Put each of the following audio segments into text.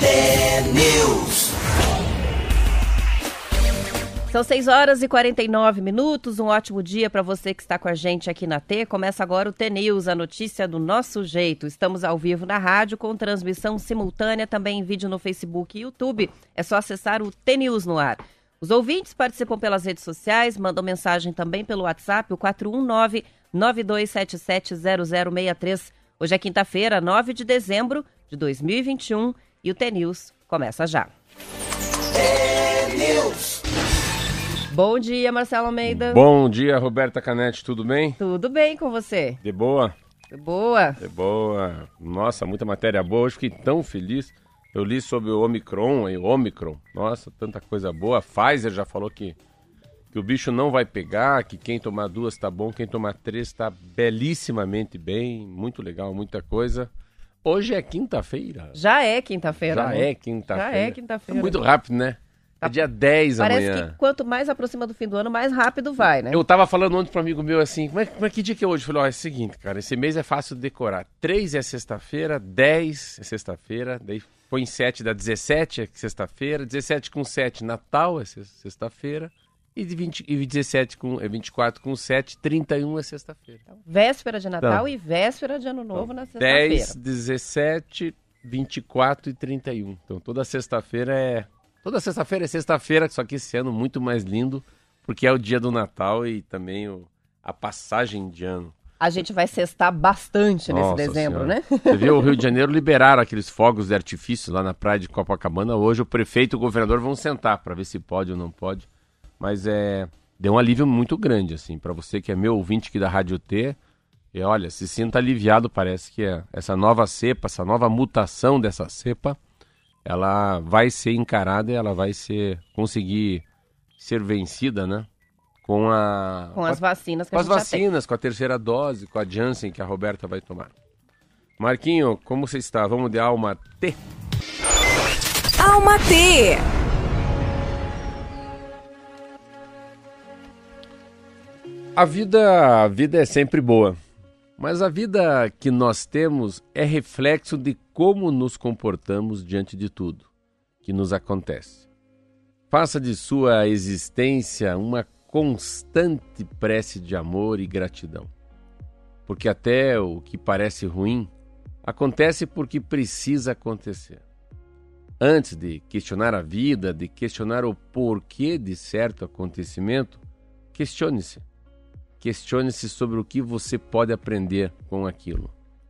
T-News. São 6h49, um ótimo dia para você que está com a gente aqui na T. Começa agora o T-News, a notícia do nosso jeito. Estamos ao vivo na rádio, com transmissão simultânea, também em vídeo no Facebook e YouTube. É só acessar o T-News no ar. Os ouvintes participam pelas redes sociais, mandam mensagem também pelo WhatsApp, o 419-9277-0063. Hoje é quinta-feira, 9 de dezembro de 2021 e o T-News começa já. T-News. Bom dia, Marcelo Almeida. Bom dia, Roberta Canetti, tudo bem? Tudo bem com você? De boa? De boa. De boa. Nossa, muita matéria boa. Hoje fiquei tão feliz. Eu li sobre o Omicron. Nossa, tanta coisa boa. A Pfizer já falou que o bicho não vai pegar, que quem tomar 2 tá bom, quem tomar 3 tá belíssimamente bem. Muito legal, muita coisa. Hoje é quinta-feira. Já é quinta-feira. Já é quinta-feira. É muito rápido, né? É dia 10 Parece amanhã. Que quanto mais aproxima do fim do ano, mais rápido vai, né? Eu tava falando ontem para um amigo meu assim, que dia que é hoje? Eu falei, é o seguinte, cara, esse mês é fácil de decorar. 3 é sexta-feira, 10 é sexta-feira, daí põe 7, dá 17 é sexta-feira, 17 com 7, Natal é sexta-feira, e 17 com 24 com 7, 31 é sexta-feira. Então, véspera de Natal e véspera de Ano Novo na sexta-feira. 10, 17, 24 e 31. Então toda sexta-feira é sexta-feira, só que esse ano muito mais lindo, porque é o dia do Natal e também a passagem de ano. A gente vai sextar bastante nesse dezembro, senhora, né? Você viu, o Rio de Janeiro liberaram aqueles fogos de artifício lá na praia de Copacabana. Hoje o prefeito e o governador vão sentar para ver se pode ou não pode. Mas deu um alívio muito grande, assim, para você que é meu ouvinte aqui da Rádio T. E olha, se sinta aliviado, parece que essa nova cepa, essa nova mutação dessa cepa, ela vai ser encarada e ela vai conseguir ser vencida, né? Com as vacinas que com a as gente vacinas, com a terceira dose, com a Janssen que a Roberta vai tomar. Marquinho, como você está? Vamos de Alma T? Alma T! A vida é sempre boa. Mas a vida que nós temos é reflexo de como nos comportamos diante de tudo que nos acontece. Faça de sua existência uma constante prece de amor e gratidão. Porque até o que parece ruim acontece porque precisa acontecer. Antes de questionar a vida, de questionar o porquê de certo acontecimento, questione-se. Questione-se sobre o que você pode aprender com aquilo.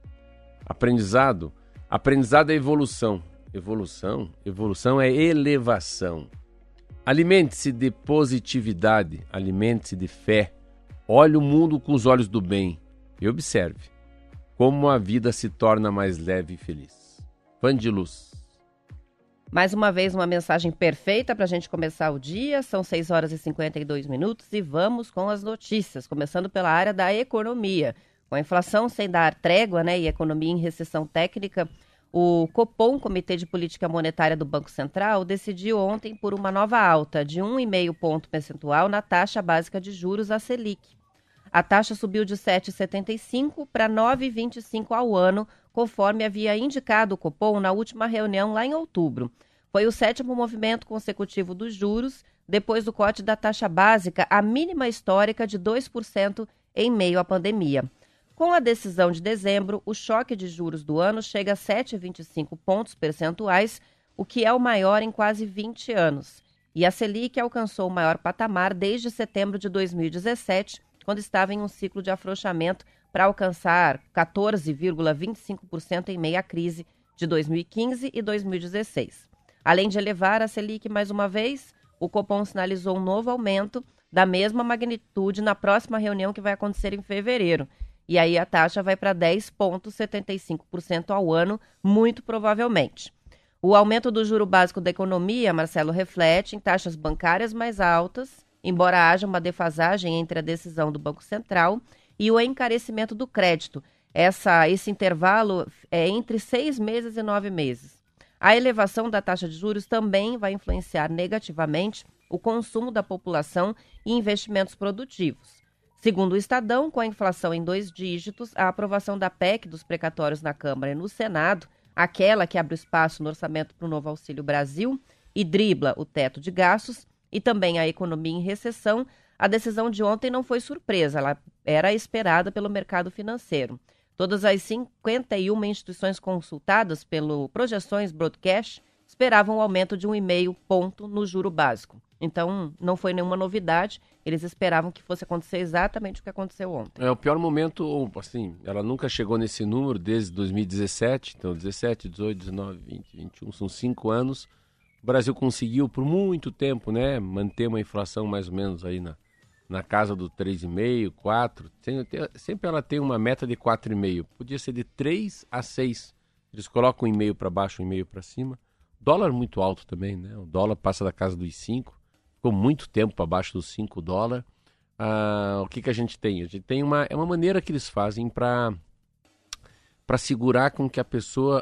Aprendizado é evolução. Evolução é elevação. Alimente-se de positividade, alimente-se de fé. Olhe o mundo com os olhos do bem e observe como a vida se torna mais leve e feliz. Fã de luz. Mais uma vez, uma mensagem perfeita para a gente começar o dia. São 6h52 e vamos com as notícias, começando pela área da economia. Com a inflação sem dar trégua, né, e economia em recessão técnica, o Copom, Comitê de Política Monetária do Banco Central, decidiu ontem por uma nova alta de 1,5 ponto percentual na taxa básica de juros, a Selic. A taxa subiu de 7,75 para 9,25 ao ano, conforme havia indicado o Copom na última reunião lá em outubro. Foi o 7º movimento consecutivo dos juros, depois do corte da taxa básica, a mínima histórica de 2% em meio à pandemia. Com a decisão de dezembro, o choque de juros do ano chega a 7,25 pontos percentuais, o que é o maior em quase 20 anos. E a Selic alcançou o maior patamar desde setembro de 2017, quando estava em um ciclo de afrouxamento para alcançar 14,25% em meio à crise de 2015 e 2016. Além de elevar a Selic mais uma vez, o Copom sinalizou um novo aumento da mesma magnitude na próxima reunião que vai acontecer em fevereiro. E aí a taxa vai para 10,75% ao ano, muito provavelmente. O aumento do juro básico da economia, Marcelo, reflete em taxas bancárias mais altas, embora haja uma defasagem entre a decisão do Banco Central e o encarecimento do crédito. Esse intervalo é entre 6 meses e 9 meses. A elevação da taxa de juros também vai influenciar negativamente o consumo da população e investimentos produtivos. Segundo o Estadão, com a inflação em 2 dígitos, a aprovação da PEC dos precatórios na Câmara e no Senado aquela que abre espaço no orçamento para o novo Auxílio Brasil e dribla o teto de gastos, e também a economia em recessão, a decisão de ontem não foi surpresa, ela era esperada pelo mercado financeiro. Todas as 51 instituições consultadas pelo Projeções Broadcast esperavam o aumento de 1,5 ponto no juro básico. Então, não foi nenhuma novidade, eles esperavam que fosse acontecer exatamente o que aconteceu ontem. É o pior momento, assim, ela nunca chegou nesse número desde 2017, então 17, 18, 19, 20, 21, são 5 anos. O Brasil conseguiu por muito tempo, né, manter uma inflação mais ou menos aí na casa do 3,5, 4. Sempre ela tem uma meta de 4,5. Podia ser de 3 a 6. Eles colocam 1,5 para baixo, 1,5 para cima. Dólar muito alto também, né? O dólar passa da casa dos 5. Ficou muito tempo abaixo dos 5 dólares. O que a gente tem? A gente tem uma maneira que eles fazem para segurar com que a pessoa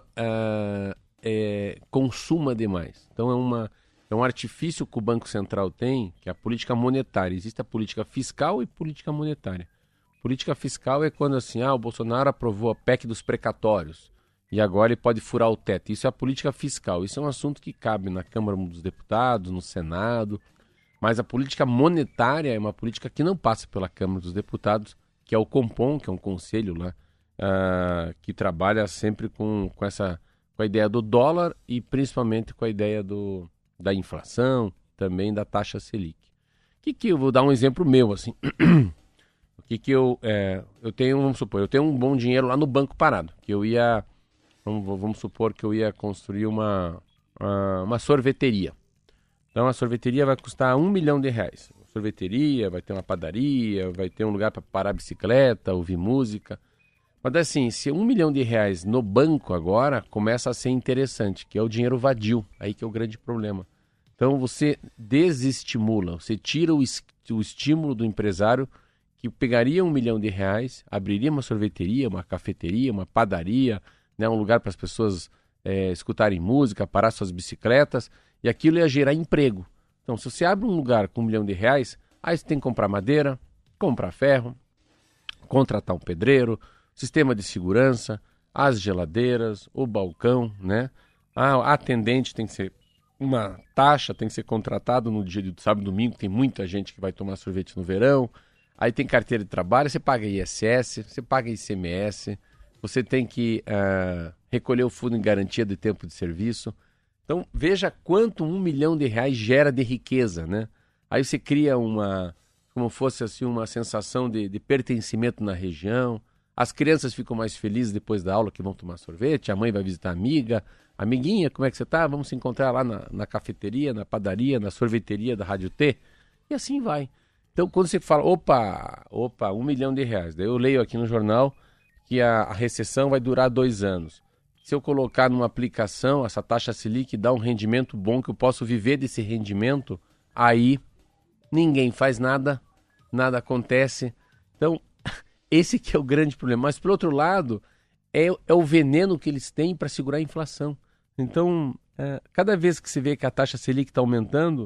consuma demais. Então é um artifício que o Banco Central tem, que é a política monetária. Existe a política fiscal e política monetária. Política fiscal é quando assim, o Bolsonaro aprovou a PEC dos precatórios e agora ele pode furar o teto. Isso é a política fiscal. Isso é um assunto que cabe na Câmara dos Deputados, no Senado. Mas a política monetária é uma política que não passa pela Câmara dos Deputados, que é o Compom, que é um conselho lá, que trabalha sempre com a ideia do dólar e principalmente com a ideia da inflação, também da taxa Selic. Eu vou dar um exemplo meu, assim. Eu tenho, vamos supor, eu tenho um bom dinheiro lá no banco parado, que eu ia, vamos supor que eu ia construir uma sorveteria. Então a sorveteria vai custar R$1 milhão. Sorveteria, vai ter uma padaria, vai ter um lugar para parar a bicicleta, ouvir música. Mas assim, se R$1 milhão no banco agora, começa a ser interessante, que é o dinheiro vadio, aí que é o grande problema. Então você desestimula, você tira o estímulo do empresário que pegaria R$1 milhão, abriria uma sorveteria, uma cafeteria, uma padaria, né, um lugar para as pessoas escutarem música, parar suas bicicletas, e aquilo ia gerar emprego. Então se você abre um lugar com R$1 milhão, aí você tem que comprar madeira, comprar ferro, contratar um pedreiro, sistema de segurança, as geladeiras, o balcão, né? A atendente tem que ser uma taxa, tem que ser contratado no dia de sábado e domingo, tem muita gente que vai tomar sorvete no verão. Aí tem carteira de trabalho, você paga ISS, você paga ICMS, você tem que recolher o fundo em garantia de tempo de serviço. Então veja quanto R$1 milhão gera de riqueza, né? Aí você cria como fosse assim, uma sensação de pertencimento na região. As crianças ficam mais felizes depois da aula que vão tomar sorvete, a mãe vai visitar a amiga. Amiguinha, como é que você tá? Vamos se encontrar lá na cafeteria, na padaria, na sorveteria da Rádio T. E assim vai. Então, quando você fala, opa, R$1 milhão, daí eu leio aqui no jornal que a recessão vai durar 2 anos. Se eu colocar numa aplicação, essa taxa Selic dá um rendimento bom, que eu posso viver desse rendimento, aí ninguém faz nada, nada acontece. Então, esse que é o grande problema. Mas, por outro lado, é o veneno que eles têm para segurar a inflação. Então, cada vez que você vê que a taxa Selic está aumentando,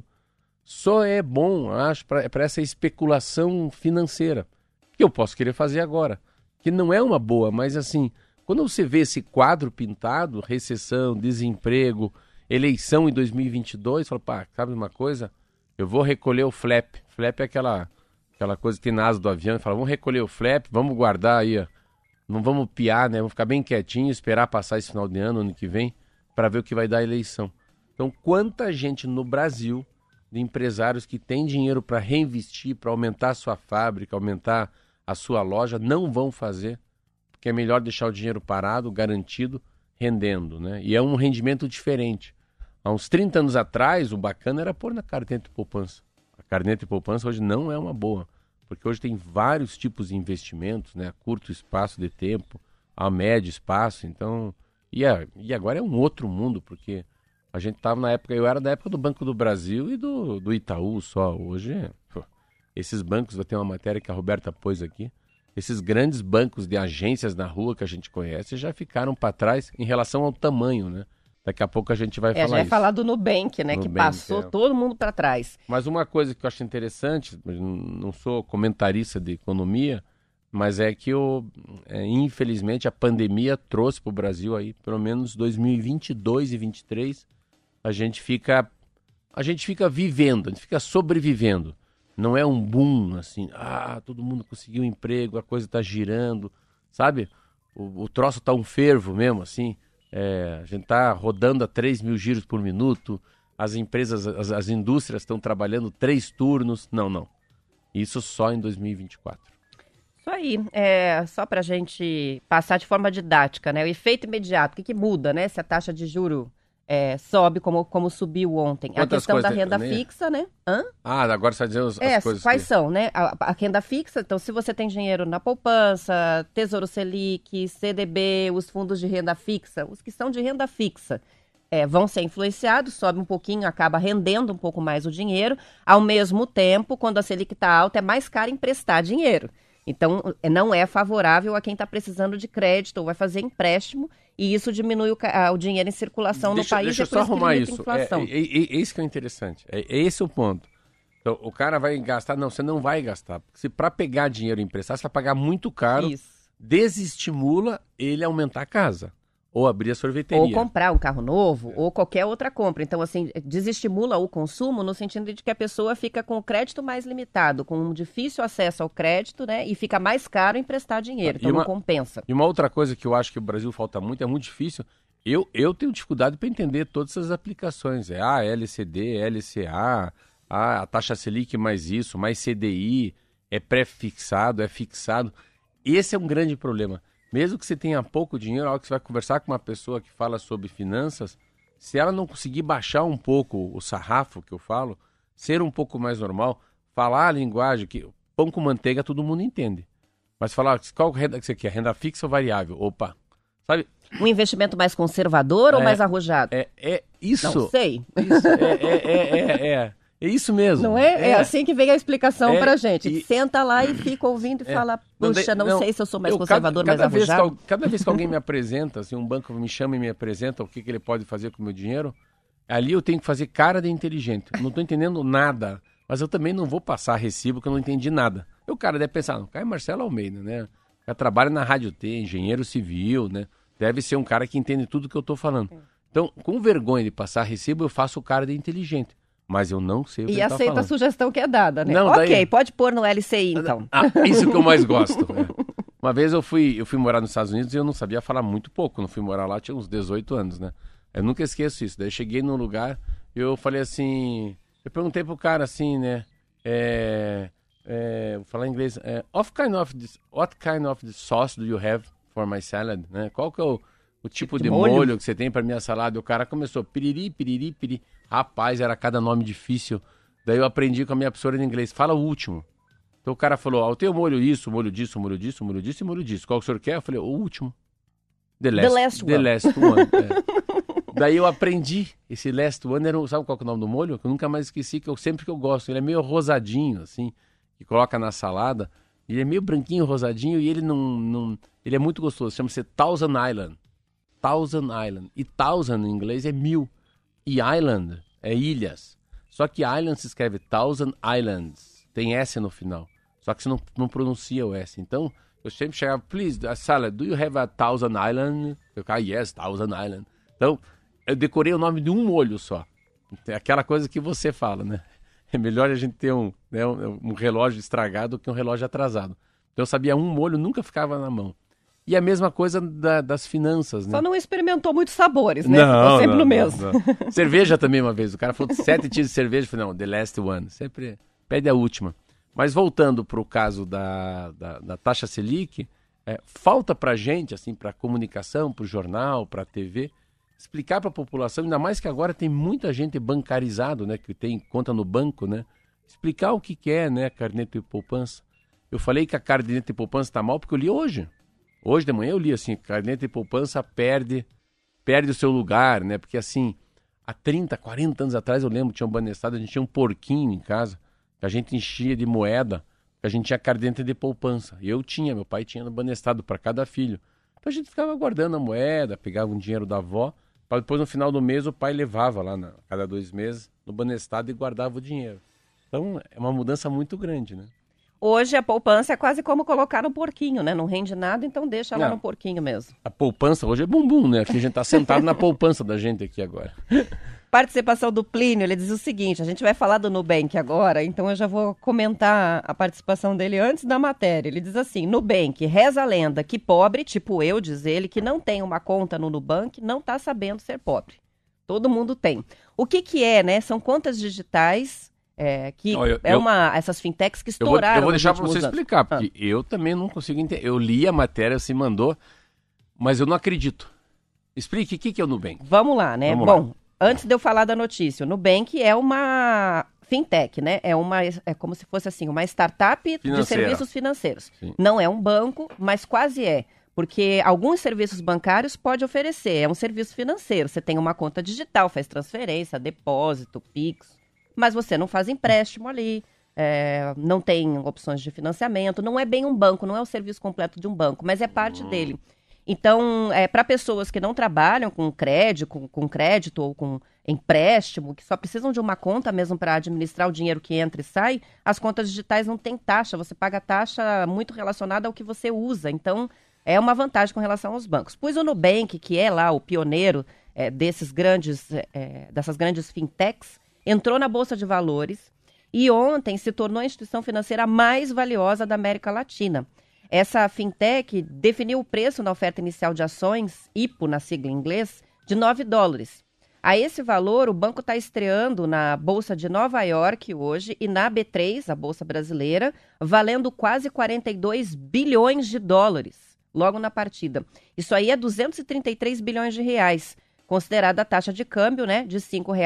só é bom, acho, para essa especulação financeira, que eu posso querer fazer agora, que não é uma boa, mas assim, quando você vê esse quadro pintado, recessão, desemprego, eleição em 2022, fala, pá, sabe uma coisa? Eu vou recolher o flap. Flap é aquela coisa que tem na asa do avião, fala, vamos recolher o flap, vamos guardar aí, ó. Não vamos piar, né? Vamos ficar bem quietinho, esperar passar esse final de ano que vem, para ver o que vai dar a eleição. Então, quanta gente no Brasil, de empresários que têm dinheiro para reinvestir, para aumentar a sua fábrica, aumentar a sua loja, não vão fazer, porque é melhor deixar o dinheiro parado, garantido, rendendo, né? E é um rendimento diferente. Há uns 30 anos atrás, o bacana era pôr na caderneta de poupança. A caderneta de poupança hoje não é uma boa, porque hoje tem vários tipos de investimentos, né? A curto espaço de tempo, a médio espaço, então... E agora é um outro mundo, porque a gente estava na época... Eu era da época do Banco do Brasil e do Itaú só. Hoje, esses bancos, vai ter uma matéria que a Roberta pôs aqui, esses grandes bancos de agências na rua que a gente conhece já ficaram para trás em relação ao tamanho, né? Daqui a pouco a gente vai falar isso. Já vai falar do Nubank, né? Que passou todo mundo para trás. Mas uma coisa que eu acho interessante, não sou comentarista de economia, Mas é que, infelizmente, a pandemia trouxe para o Brasil aí, pelo menos 2022 e 2023, a gente fica vivendo, a gente fica sobrevivendo. Não é um boom, assim, todo mundo conseguiu um emprego, a coisa está girando, sabe? O troço está um fervo mesmo, assim. A gente está rodando a 3 mil giros por minuto, as empresas, as indústrias estão trabalhando 3 turnos. Não. Isso só em 2024. Isso aí, só para a gente passar de forma didática, né? O efeito imediato, o que muda, né? Se a taxa de juro sobe como subiu ontem. Quantas a questão da coisas, renda fixa, né? Agora você vai dizer as coisas quais são, né? A renda fixa, então se você tem dinheiro na poupança, Tesouro Selic, CDB, os fundos de renda fixa, os que são de renda fixa, vão ser influenciados, sobe um pouquinho, acaba rendendo um pouco mais o dinheiro. Ao mesmo tempo, quando a Selic está alta, é mais caro emprestar dinheiro. Então, não é favorável a quem está precisando de crédito ou vai fazer empréstimo, e isso diminui o dinheiro em circulação no país. Deixa eu só arrumar isso. Isso que é interessante. É esse o ponto. Então, o cara vai gastar. Não, você não vai gastar. Porque se para pegar dinheiro e emprestar, você vai pagar muito caro, desestimula ele a aumentar a casa. Ou abrir a sorveteria. Ou comprar um carro novo, ou qualquer outra compra. Então, assim, desestimula o consumo no sentido de que a pessoa fica com o crédito mais limitado, com um difícil acesso ao crédito, né? E fica mais caro emprestar dinheiro, então não compensa. E uma outra coisa que eu acho que o Brasil falta muito, é muito difícil. Eu tenho dificuldade para entender todas essas aplicações. LCD, LCA, a taxa Selic mais isso, mais CDI, é pré-fixado, é fixado. Esse é um grande problema. Mesmo que você tenha pouco dinheiro, a hora que você vai conversar com uma pessoa que fala sobre finanças, se ela não conseguir baixar um pouco o sarrafo que eu falo, ser um pouco mais normal, falar a linguagem que pão com manteiga todo mundo entende. Mas falar qual renda que você quer, renda fixa ou variável? Opa, sabe? Um investimento mais conservador ou mais arrojado? Isso. Não sei. Isso, é isso mesmo. Não é? É assim que vem a explicação pra gente. Senta lá e fica ouvindo e fala, puxa, não sei se eu sou mais conservador, mais arrojado. Cada vez que alguém me apresenta, assim, um banco me chama e me apresenta o que ele pode fazer com o meu dinheiro, ali eu tenho que fazer cara de inteligente. Eu não estou entendendo nada, mas eu também não vou passar recibo que eu não entendi nada. E o cara deve pensar, o cara é Marcelo Almeida, né? O cara trabalha na Rádio T, engenheiro civil, né? Deve ser um cara que entende tudo que eu estou falando. Então, com vergonha de passar recibo, eu faço o cara de inteligente. Mas eu não sei o que ele tá falando. E aceita a sugestão que é dada, né? Não, ok, pode pôr no LCI, então. Isso que eu mais gosto. Uma vez eu fui morar nos Estados Unidos e eu não sabia falar muito pouco. Não fui morar lá, tinha uns 18 anos, né? Eu nunca esqueço isso. Daí eu cheguei num lugar e eu falei assim... Eu perguntei pro cara assim, né? Vou falar em inglês. What kind of sauce do you have for my salad? Né? Qual que é o tipo de molho que você tem para minha salada? E o cara começou piriri, piriri, piriri. Rapaz, era cada nome difícil. Daí eu aprendi com a minha professora de inglês. Fala o último. Então o cara falou, eu tenho molho isso, molho disso, molho disso, molho disso e molho disso. Qual que o senhor quer? Eu falei, o último. The last one. Daí eu aprendi. Esse last one sabe qual que é o nome do molho? Que eu nunca mais esqueci, sempre que eu gosto. Ele é meio rosadinho, assim, que coloca na salada. Ele é meio branquinho, rosadinho, e ele ele é muito gostoso. Chama-se Thousand Island. Thousand Island. E thousand em inglês é 1000. E island é ilhas. Só que island se escreve Thousand Islands. Tem S no final. Só que você não pronuncia o S. Então, eu sempre chegava, please, a salad, do you have a Thousand Island? Eu ficava, yes, Thousand Island. Então, eu decorei o nome de um molho só. É aquela coisa que você fala, né? É melhor a gente ter um relógio estragado do que um relógio atrasado. Então, eu sabia um molho, nunca ficava na mão. E a mesma coisa das finanças, né? Só não experimentou muitos sabores, né? Ficou sempre no mesmo. Não. Cerveja também uma vez. O cara falou 7 tipos de cerveja. Eu falei, não, the last one. Sempre pede a última. Mas voltando para o caso da taxa Selic, falta para a gente, assim, para a comunicação, para o jornal, para a TV, explicar para a população, ainda mais que agora tem muita gente bancarizado, né? Que tem conta no banco, né? Explicar o que é, né? Caderneta de poupança. Eu falei que a caderneta de poupança está mal porque eu li hoje. Hoje de manhã eu li assim, caderneta de poupança perde o seu lugar, né? Porque assim, há 30, 40 anos atrás eu lembro, tinha um Banestado, a gente tinha um porquinho em casa, que a gente enchia de moeda, que a gente tinha caderneta de poupança. E meu pai tinha no Banestado para cada filho. Então a gente ficava guardando a moeda, pegava um dinheiro da avó, para depois no final do mês o pai levava lá, cada 2 meses, no Banestado e guardava o dinheiro. Então é uma mudança muito grande, né? Hoje a poupança é quase como colocar no porquinho, né? Não rende nada, então deixa lá no porquinho mesmo. A poupança hoje é bumbum, né? Porque a gente tá sentado na poupança da gente aqui agora. Participação do Plínio, ele diz o seguinte, a gente vai falar do Nubank agora, então eu já vou comentar a participação dele antes da matéria. Ele diz assim, Nubank, reza a lenda que pobre, tipo eu, diz ele, que não tem uma conta no Nubank, não tá sabendo ser pobre. Todo mundo tem. O que é, né? São contas digitais... essas fintechs que estouraram. Eu vou deixar para você anos. explicar, porque eu também não consigo entender. Eu li a matéria, você mandou, mas eu não acredito. Explique o que é o Nubank. Vamos lá, né? Bom, antes de eu falar da notícia, o Nubank é uma fintech, né? É como se fosse assim, uma startup financeira. De serviços financeiros. Sim. Não é um banco, mas quase é. Porque alguns serviços bancários pode oferecer. É um serviço financeiro. Você tem uma conta digital, faz transferência, depósito, Pix. Mas você não faz empréstimo ali, não tem opções de financiamento, não é bem um banco, não é o serviço completo de um banco, mas é parte dele. Então, para pessoas que não trabalham com crédito ou com empréstimo, que só precisam de uma conta mesmo para administrar o dinheiro que entra e sai, as contas digitais não têm taxa, você paga taxa muito relacionada ao que você usa. Então, é uma vantagem com relação aos bancos. Pois o Nubank, que é lá o pioneiro dessas grandes fintechs, entrou na Bolsa de Valores e ontem se tornou a instituição financeira mais valiosa da América Latina. Essa fintech definiu o preço na oferta inicial de ações, IPO na sigla em inglês, de $9. A esse valor, o banco está estreando na Bolsa de Nova York hoje e na B3, a Bolsa Brasileira, valendo quase 42 bilhões de dólares, logo na partida. Isso aí é 233 bilhões de reais. Considerada a taxa de câmbio, né, de R$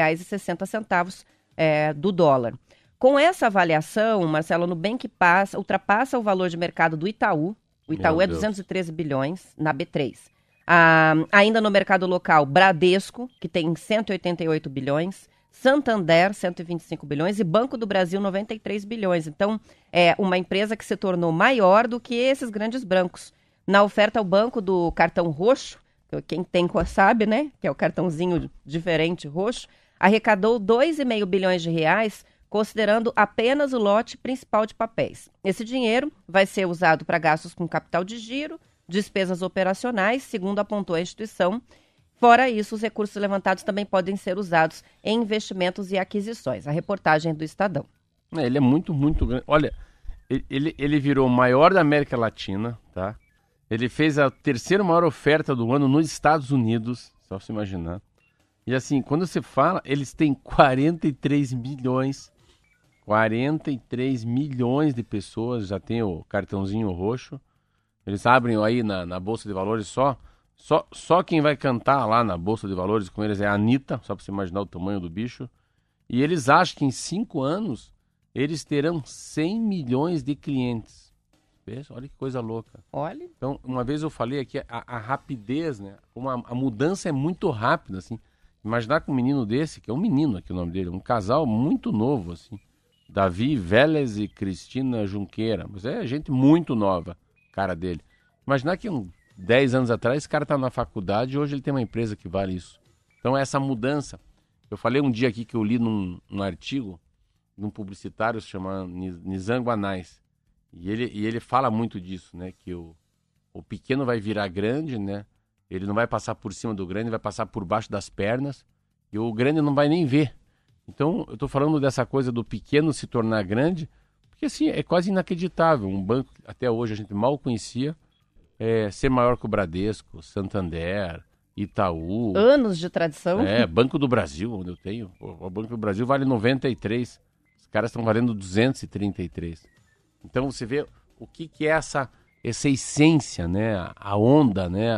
5,60 do dólar. Com essa avaliação, Marcelo, o Nubank ultrapassa o valor de mercado do Itaú. O Itaú é 213 bilhões na B3. Ainda no mercado local, Bradesco, que tem 188 bilhões, Santander, 125 bilhões e Banco do Brasil, 93 bilhões. Então, é uma empresa que se tornou maior do que esses grandes bancos. Na oferta, o banco do cartão roxo, quem tem sabe, né? Que é o cartãozinho diferente roxo, arrecadou 2,5 bilhões de reais, considerando apenas o lote principal de papéis. Esse dinheiro vai ser usado para gastos com capital de giro, despesas operacionais, segundo apontou a instituição. Fora isso, os recursos levantados também podem ser usados em investimentos e aquisições. A reportagem do Estadão. Ele é muito, muito grande. Olha, ele virou o maior da América Latina, tá? Ele fez a terceira maior oferta do ano nos Estados Unidos, só se imaginar. E assim, quando você fala, eles têm 43 milhões de pessoas, já tem o cartãozinho roxo. Eles abrem aí na Bolsa de Valores só quem vai cantar lá na Bolsa de Valores com eles é a Anitta, só para você imaginar o tamanho do bicho. E eles acham que em 5 anos eles terão 100 milhões de clientes. Olha que coisa louca. Olha. Então, uma vez eu falei aqui, a rapidez, né? A mudança é muito rápida, assim. Imaginar que um menino desse, que é um menino aqui o nome dele, um casal muito novo, assim. Davi Vélez e Cristina Junqueira. Mas é gente muito nova, cara dele. Imaginar que 10 anos atrás esse cara tá na faculdade e hoje ele tem uma empresa que vale isso. Então, essa mudança. Eu falei um dia aqui que eu li num artigo de um publicitário chamado Nizam Guanais. E ele fala muito disso, né? Que o pequeno vai virar grande, né? Ele não vai passar por cima do grande, vai passar por baixo das pernas. E o grande não vai nem ver. Então, eu estou falando dessa coisa do pequeno se tornar grande, porque assim, é quase inacreditável. Um banco que até hoje a gente mal conhecia, ser maior que o Bradesco, Santander, Itaú. Anos de tradição. Banco do Brasil, onde eu tenho. O Banco do Brasil vale 93. Os caras estão valendo 233. Então você vê o que é essa essência, né? A onda, né?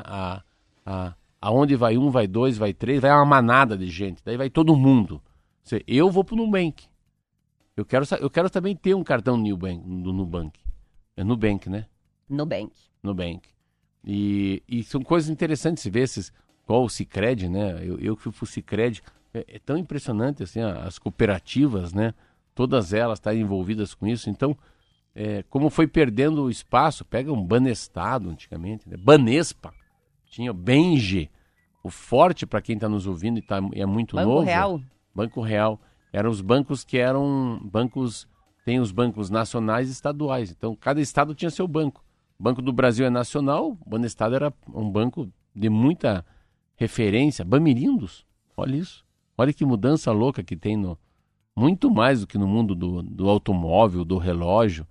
Aonde vai um, vai dois, vai três, vai uma manada de gente. Daí vai todo mundo. Eu vou pro Nubank. Eu quero também ter um cartão do Nubank. É Nubank, né? Nubank. E são coisas interessantes ver igual o Sicredi, né? Eu que fui pro Sicredi. É tão impressionante assim, as cooperativas, né? Todas elas estarem envolvidas com isso. Então, como foi perdendo o espaço, pega um Banestado antigamente, né? Banespa, tinha Benge, o Forte, para quem está nos ouvindo e é muito Banco novo. Real. Banco Real. Eram os bancos que eram bancos tem os bancos nacionais e estaduais. Então, cada estado tinha seu banco. O Banco do Brasil é nacional, o Banestado era um banco de muita referência. Bamirindos, olha isso. Olha que mudança louca que tem muito mais do que no mundo do automóvel, do relógio.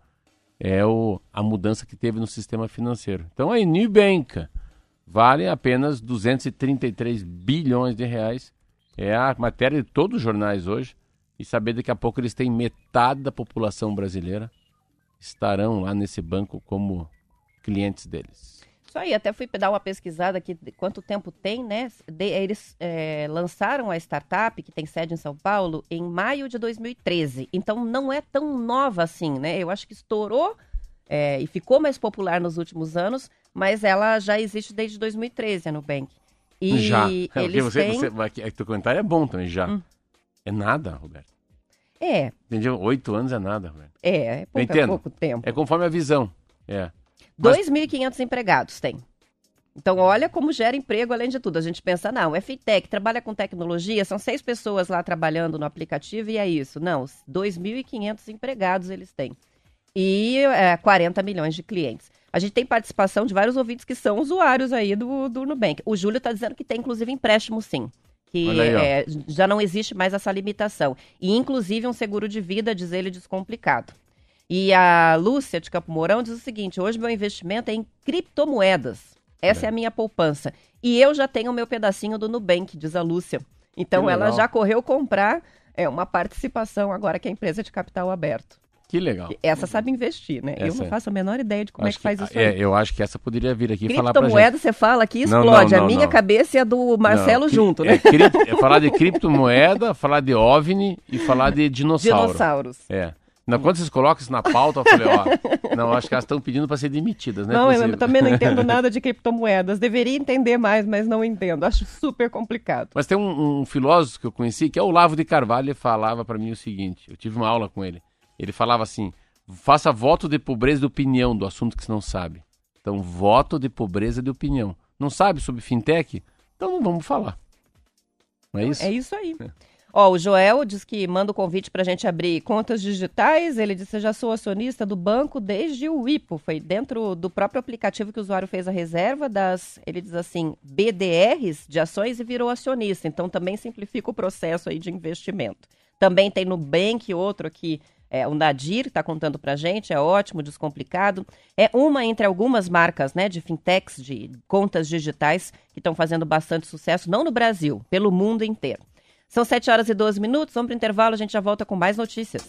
A mudança que teve no sistema financeiro. Então, a Nubank vale apenas 233 bilhões de reais. É a matéria de todos os jornais hoje. E saber daqui a pouco eles têm metade da população brasileira estarão lá nesse banco como clientes deles. Isso aí, até fui dar uma pesquisada aqui de quanto tempo tem, né? Eles lançaram a startup, que tem sede em São Paulo, em maio de 2013. Então, não é tão nova assim, né? Eu acho que estourou e ficou mais popular nos últimos anos, mas ela já existe desde 2013, a Nubank. E já. Eles têm... Teu comentário é bom também, já. É nada, Roberto. Entendeu? 8 anos é nada, Roberto. É pouco tempo. É conforme a visão. 2.500 empregados tem. Então, olha como gera emprego, além de tudo. A gente pensa, não, é fintech, trabalha com tecnologia, são 6 pessoas lá trabalhando no aplicativo e é isso. Não, 2.500 empregados eles têm. E 40 milhões de clientes. A gente tem participação de vários ouvintes que são usuários aí do Nubank. O Júlio está dizendo que tem, inclusive, empréstimo, sim. Que já não existe mais essa limitação. E, inclusive, um seguro de vida, diz ele, descomplicado. E a Lúcia, de Campo Mourão, diz o seguinte: hoje meu investimento é em criptomoedas. Essa é a minha poupança. E eu já tenho o meu pedacinho do Nubank, diz a Lúcia. Então, ela já correu comprar uma participação agora que é a empresa de capital aberto. Que legal. Essa sabe investir, né? Eu não faço a menor ideia de como é que faz isso aí. Eu acho que essa poderia vir aqui falar pra gente. Criptomoeda, você fala que explode. A minha cabeça e a do Marcelo junto, né? Falar de criptomoeda, falar de OVNI e falar de dinossauros. Quando vocês colocam isso na pauta, eu falei, acho que elas estão pedindo para ser demitidas, né? Não, eu também não entendo nada de criptomoedas. Deveria entender mais, mas não entendo. Acho super complicado. Mas tem um filósofo que eu conheci, que é o Olavo de Carvalho, ele falava para mim o seguinte, eu tive uma aula com ele. Ele falava assim: faça voto de pobreza de opinião do assunto que você não sabe. Então, voto de pobreza de opinião. Não sabe sobre fintech? Então não vamos falar. Não é isso? É isso aí. O Joel diz que manda o convite para a gente abrir contas digitais. Ele disse: eu já sou acionista do banco desde o IPO. Foi dentro do próprio aplicativo que o usuário fez a reserva ele diz assim, BDRs de ações e virou acionista. Então, também simplifica o processo aí de investimento. Também tem Nubank, outro aqui, o Nadir está contando para a gente, é ótimo, descomplicado. É uma entre algumas marcas, né, de fintechs, de contas digitais, que estão fazendo bastante sucesso, não no Brasil, pelo mundo inteiro. São 7h12, vamos para o intervalo, a gente já volta com mais notícias.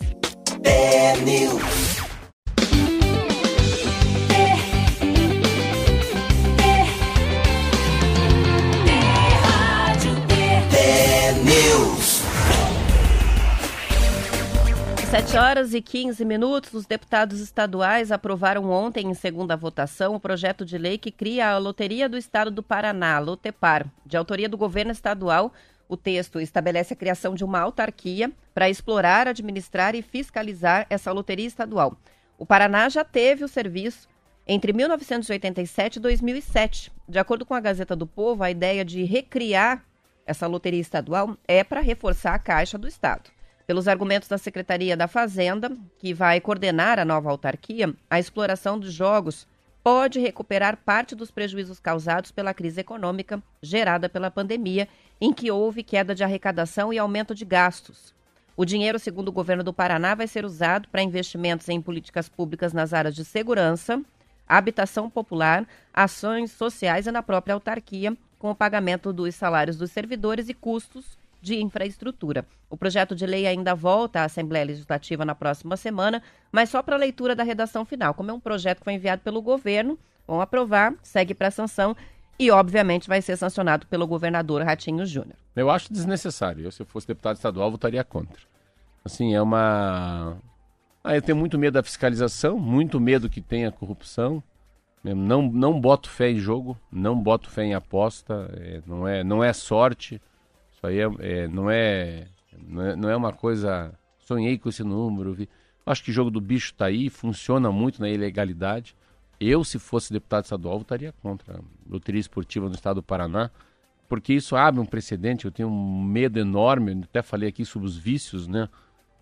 Às 7h15, os deputados estaduais aprovaram ontem, em segunda votação, o projeto de lei que cria a Loteria do Estado do Paraná, a Lotepar. De autoria do governo estadual, o texto estabelece a criação de uma autarquia para explorar, administrar e fiscalizar essa loteria estadual. O Paraná já teve o serviço entre 1987 e 2007. De acordo com a Gazeta do Povo, a ideia de recriar essa loteria estadual é para reforçar a caixa do Estado. Pelos argumentos da Secretaria da Fazenda, que vai coordenar a nova autarquia, a exploração dos jogos pode recuperar parte dos prejuízos causados pela crise econômica gerada pela pandemia, em que houve queda de arrecadação e aumento de gastos. O dinheiro, segundo o governo do Paraná, vai ser usado para investimentos em políticas públicas nas áreas de segurança, habitação popular, ações sociais e na própria autarquia, com o pagamento dos salários dos servidores e custos de infraestrutura. O projeto de lei ainda volta à Assembleia Legislativa na próxima semana, mas só para a leitura da redação final. Como é um projeto que foi enviado pelo governo, vão aprovar, segue para sanção e, obviamente, vai ser sancionado pelo governador Ratinho Júnior. Eu acho desnecessário. Se eu fosse deputado estadual, votaria contra. Assim, eu tenho muito medo da fiscalização, muito medo que tenha corrupção. Não boto fé em jogo, não boto fé em aposta, não é sorte. Isso aí não é uma coisa... Sonhei com esse número. Acho que o jogo do bicho está aí, funciona muito na ilegalidade. Eu, se fosse deputado estadual, votaria contra a loteria esportiva no estado do Paraná, porque isso abre um precedente. Eu tenho um medo enorme, eu até falei aqui sobre os vícios, né?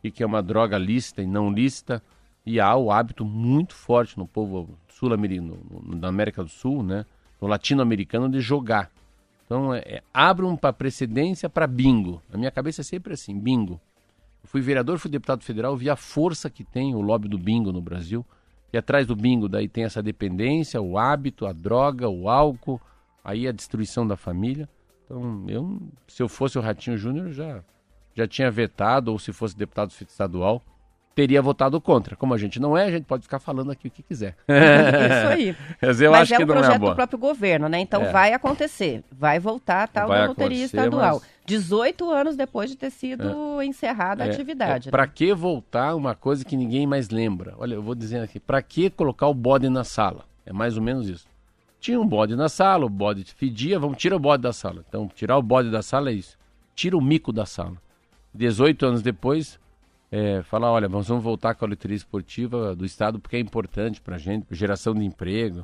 que é uma droga lícita e não lícita, e há o hábito muito forte no povo sul-americano, na América do Sul, né, no latino-americano, de jogar. Então, abre para precedência para bingo. Na minha cabeça é sempre assim, bingo. Eu fui vereador, fui deputado federal, vi a força que tem o lobby do bingo no Brasil. E atrás do bingo daí tem essa dependência, o hábito, a droga, o álcool, aí a destruição da família. Então, se eu fosse o Ratinho Júnior, já tinha vetado, ou se fosse deputado estadual, teria votado contra. Como a gente não é, a gente pode ficar falando aqui o que quiser. Isso aí. Mas eu Mas acho que um não projeto é do próprio governo, né? Então vai acontecer. Vai voltar a tal da loteria estadual. Mas... 18 anos depois de ter sido encerrada a atividade. Para que voltar uma coisa que ninguém mais lembra? Olha, eu vou dizendo aqui, para que colocar o bode na sala? É mais ou menos isso. Tinha um bode na sala, o bode fedia, vamos tirar o bode da sala. Então, tirar o bode da sala é isso. Tira o mico da sala. 18 anos depois, falar, olha, vamos voltar com a loteria esportiva do Estado porque é importante para a gente, geração de emprego.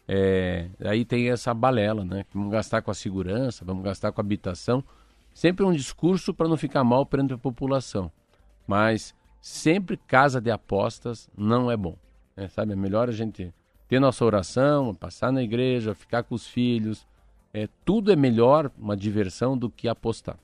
Aí tem essa balela, né? Vamos gastar com a segurança, vamos gastar com a habitação. Sempre um discurso para não ficar mal perante a população. Mas sempre casa de apostas não é bom. Sabe? É melhor a gente ter nossa oração, passar na igreja, ficar com os filhos. Tudo é melhor uma diversão do que apostar.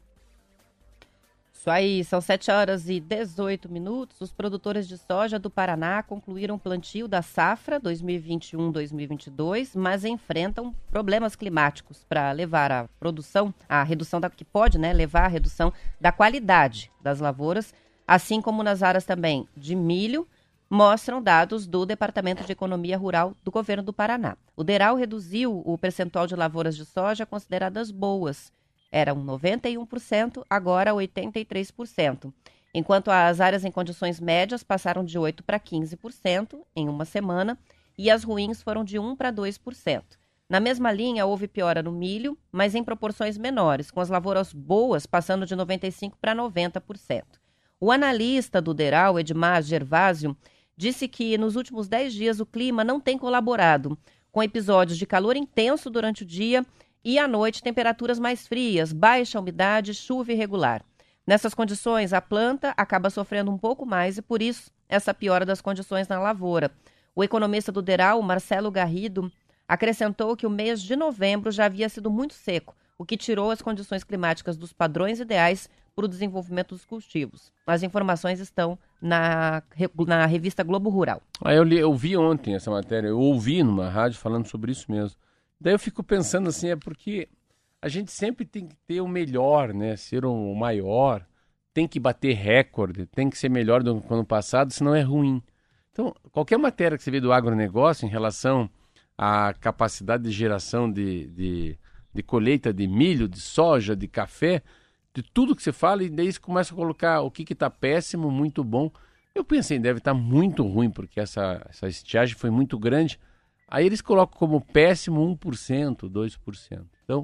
Isso aí, são 7h18. Os produtores de soja do Paraná concluíram o plantio da safra 2021-2022, mas enfrentam problemas climáticos para levar a produção, a redução que pode, né, levar à redução da qualidade das lavouras, assim como nas áreas também de milho, mostram dados do Departamento de Economia Rural do Governo do Paraná. O DERAL reduziu o percentual de lavouras de soja consideradas boas. Eram 91%, agora 83%. Enquanto as áreas em condições médias passaram de 8% para 15% em uma semana e as ruins foram de 1% para 2%. Na mesma linha, houve piora no milho, mas em proporções menores, com as lavouras boas passando de 95% para 90%. O analista do DERAL, Edmar Gervásio, disse que nos últimos 10 dias o clima não tem colaborado, com episódios de calor intenso durante o dia e à noite temperaturas mais frias, baixa umidade, chuva irregular. Nessas condições, a planta acaba sofrendo um pouco mais e por isso essa piora das condições na lavoura. O economista do DERAL, Marcelo Garrido, acrescentou que o mês de novembro já havia sido muito seco, o que tirou as condições climáticas dos padrões ideais para o desenvolvimento dos cultivos. As informações estão na revista Globo Rural. Eu vi ontem essa matéria, eu ouvi numa rádio falando sobre isso mesmo. Daí eu fico pensando assim, porque a gente sempre tem que ter o melhor, né? Ser o maior, tem que bater recorde, tem que ser melhor do que no ano passado, senão é ruim. Então, qualquer matéria que você vê do agronegócio em relação à capacidade de geração de colheita de milho, de soja, de café, de tudo que você fala, e daí você começa a colocar o que está péssimo, muito bom. Eu pensei, deve estar muito ruim, porque essa estiagem foi muito grande. Aí eles colocam como péssimo 1%, 2%. Então,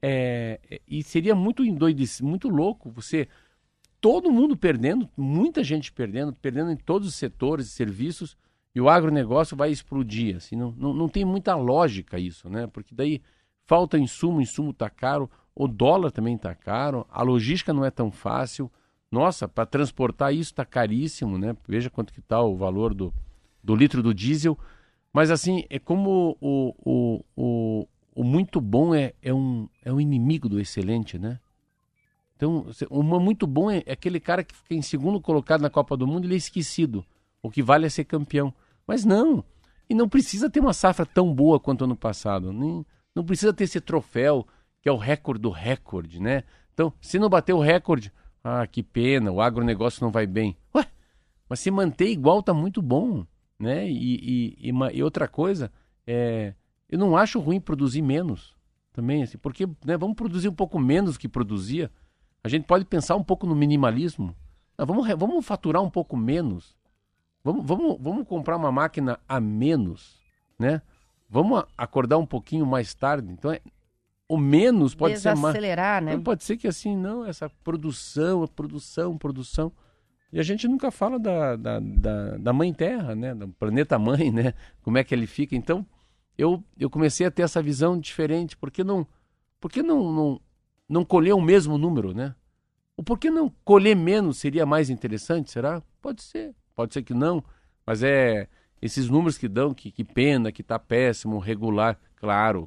e seria muito muito louco todo mundo perdendo, muita gente perdendo em todos os setores e serviços, e o agronegócio vai explodir. Assim, não tem muita lógica isso, né? Porque daí falta insumo está caro, o dólar também está caro, a logística não é tão fácil. Nossa, para transportar isso está caríssimo, né? Veja quanto que está o valor do litro do diesel. Mas assim, é como o muito bom é um inimigo do excelente, né? Então, o muito bom é aquele cara que fica em segundo colocado na Copa do Mundo, ele é esquecido. O que vale é ser campeão. Mas não, e não precisa ter uma safra tão boa quanto ano passado. Não precisa ter esse troféu, que é o recorde do recorde, né? Então, se não bater o recorde, que pena, o agronegócio não vai bem. Ué, mas se manter igual tá muito bom. Né? E outra coisa, eu não acho ruim produzir menos também, assim, porque, né, vamos produzir um pouco menos do que produzia. A gente pode pensar um pouco no minimalismo. Vamos faturar um pouco menos. Vamos comprar uma máquina a menos, né? Vamos acordar um pouquinho mais tarde. Então, o menos pode ser mais... Desacelerar, né? Então, pode ser que assim, não, essa produção. E a gente nunca fala da Mãe Terra, né? Do planeta Mãe, né? Como é que ele fica. Então, eu comecei a ter essa visão diferente. Por que não colher o mesmo número, né? O por que não colher menos seria mais interessante, será? Pode ser que não, mas esses números que dão, que pena, que está péssimo, regular, claro,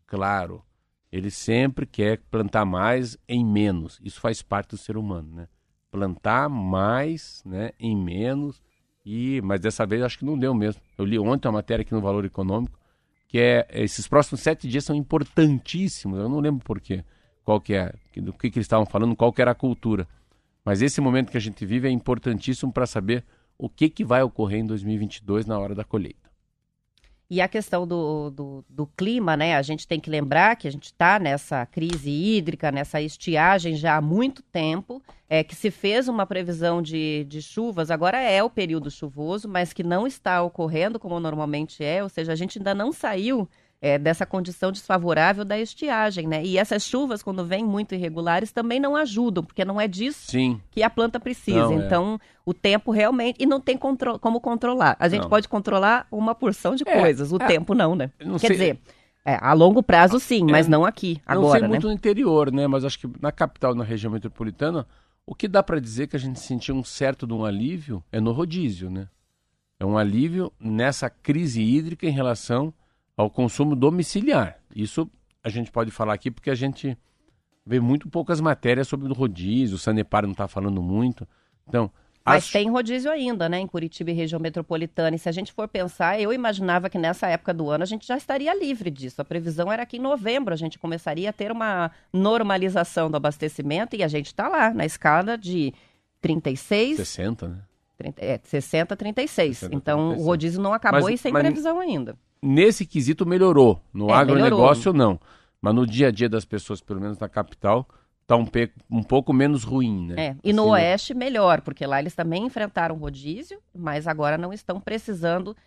ele sempre quer plantar mais em menos, isso faz parte do ser humano, né? Plantar mais, né, em menos, mas dessa vez acho que não deu mesmo. Eu li ontem uma matéria aqui no Valor Econômico, que esses próximos 7 dias são importantíssimos, eu não lembro por quê, do que eles estavam falando, qual que era a cultura. Mas esse momento que a gente vive é importantíssimo para saber o que vai ocorrer em 2022 na hora da colheita. E a questão do clima, né? A gente tem que lembrar que a gente está nessa crise hídrica, nessa estiagem já há muito tempo, que se fez uma previsão de chuvas, agora é o período chuvoso, mas que não está ocorrendo como normalmente ou seja, a gente ainda não saiu dessa condição desfavorável da estiagem, né? E essas chuvas, quando vêm muito irregulares, também não ajudam, porque não é disso que a planta precisa. Não, então, o tempo realmente... E não tem como controlar. A gente pode controlar uma porção de coisas, o tempo não, né? Quer dizer, a longo prazo sim, mas não aqui, agora, não sei né? muito no interior, né? Mas acho que na capital, na região metropolitana, o que dá para dizer que a gente sentiu um certo de um alívio é no rodízio, né? É um alívio nessa crise hídrica em relação ao consumo domiciliar. Isso a gente pode falar aqui porque a gente vê muito poucas matérias sobre o rodízio, o Sanepar não está falando muito. Então, mas tem rodízio ainda, né, em Curitiba e região metropolitana. E se a gente for pensar, eu imaginava que nessa época do ano a gente já estaria livre disso. A previsão era que em novembro a gente começaria a ter uma normalização do abastecimento e a gente está lá, na escala de 36... 60, né? 60, 36. 60, então, 36. O rodízio não acabou e sem previsão ainda. Nesse quesito melhorou. No agronegócio, melhorou. não. Mas no dia a dia das pessoas, pelo menos na capital, está um pouco menos ruim, né? E no Oeste, melhor, porque lá eles também enfrentaram rodízio, mas agora não estão precisando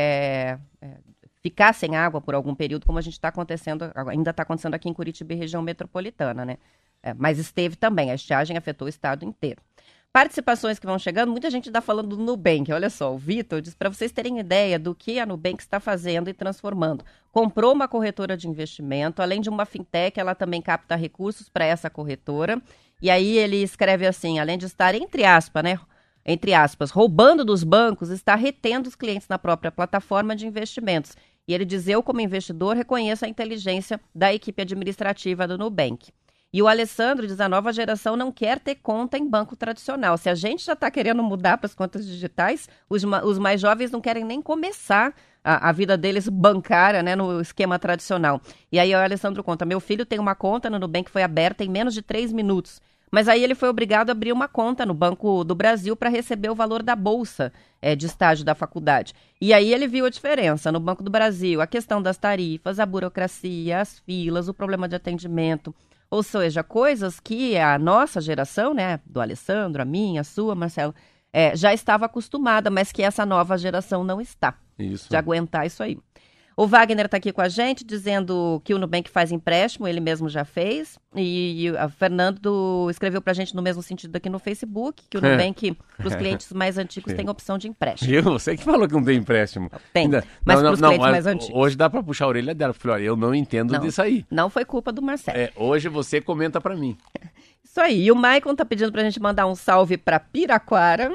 ficar sem água por algum período, como ainda está acontecendo aqui em Curitiba e região metropolitana, né? Mas esteve também, a estiagem afetou o estado inteiro. Participações que vão chegando, muita gente está falando do Nubank. Olha só, o Vitor diz para vocês terem ideia do que a Nubank está fazendo e transformando. Comprou uma corretora de investimento, além de uma fintech, ela também capta recursos para essa corretora. E aí ele escreve assim, além de estar, entre aspas, roubando dos bancos, está retendo os clientes na própria plataforma de investimentos. E ele diz, eu como investidor reconheço a inteligência da equipe administrativa do Nubank. E o Alessandro diz, a nova geração não quer ter conta em banco tradicional. Se a gente já está querendo mudar para as contas digitais, os mais jovens não querem nem começar a vida deles bancária, né, no esquema tradicional. E aí o Alessandro conta, meu filho tem uma conta no Nubank que foi aberta em menos de 3 minutos. Mas aí ele foi obrigado a abrir uma conta no Banco do Brasil para receber o valor da bolsa de estágio da faculdade. E aí ele viu a diferença no Banco do Brasil, a questão das tarifas, a burocracia, as filas, o problema de atendimento. Ou seja, coisas que a nossa geração, né, do Alessandro, a minha, a sua, Marcelo, já estava acostumada, mas que essa nova geração não está. Isso. De aguentar isso aí. O Wagner está aqui com a gente, dizendo que o Nubank faz empréstimo, ele mesmo já fez. E o Fernando escreveu para a gente no mesmo sentido aqui no Facebook, que o Nubank, para os clientes mais antigos, tem opção de empréstimo. Você que falou que não tem empréstimo. Tem, mas para os clientes mais antigos. Hoje dá para puxar a orelha dela. Falei, olha, eu não entendo disso aí. Não foi culpa do Marcelo. Hoje você comenta para mim. Isso aí. E o Maicon está pedindo para a gente mandar um salve para Piraquara.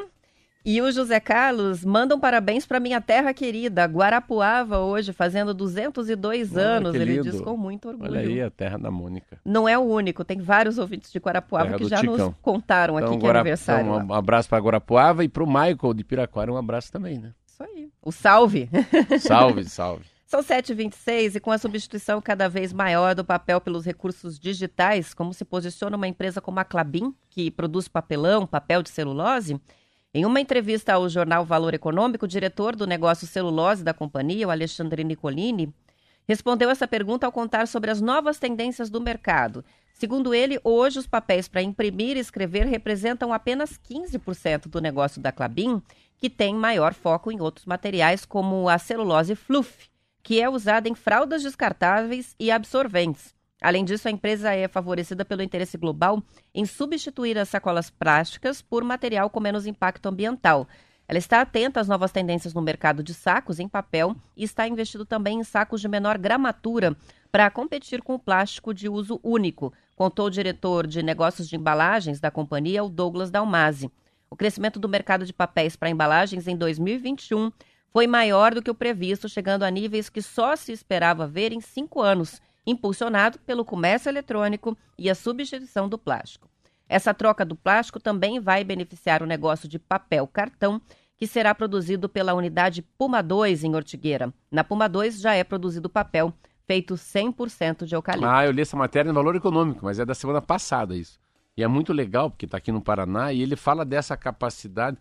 E o José Carlos manda um parabéns para minha terra querida, Guarapuava, hoje, fazendo 202 anos. Ele diz com muito orgulho. Olha aí a terra da Mônica. Não é o único, tem vários ouvintes de Guarapuava que já nos contaram aqui que é aniversário. Então, um abraço para Guarapuava e para o Michael de Piraquara, um abraço também, né? Isso aí. O salve. Salve. São 7h26 e com a substituição cada vez maior do papel pelos recursos digitais, como se posiciona uma empresa como a Klabin, que produz papelão, papel de celulose. Em uma entrevista ao jornal Valor Econômico, o diretor do negócio celulose da companhia, o Alexandre Nicolini, respondeu essa pergunta ao contar sobre as novas tendências do mercado. Segundo ele, hoje os papéis para imprimir e escrever representam apenas 15% do negócio da Klabin, que tem maior foco em outros materiais como a celulose fluff, que é usada em fraldas descartáveis e absorventes. Além disso, a empresa é favorecida pelo interesse global em substituir as sacolas plásticas por material com menos impacto ambiental. Ela está atenta às novas tendências no mercado de sacos em papel e está investindo também em sacos de menor gramatura para competir com o plástico de uso único, contou o diretor de negócios de embalagens da companhia, o Douglas Dalmasi. O crescimento do mercado de papéis para embalagens em 2021 foi maior do que o previsto, chegando a níveis que só se esperava ver em 5 anos, impulsionado pelo comércio eletrônico e a substituição do plástico. Essa troca do plástico também vai beneficiar o negócio de papel cartão, que será produzido pela unidade Puma 2 em Ortigueira. Na Puma 2 já é produzido papel feito 100% de eucalipto. Eu li essa matéria no Valor Econômico, mas é da semana passada isso. E é muito legal, porque está aqui no Paraná, e ele fala dessa capacidade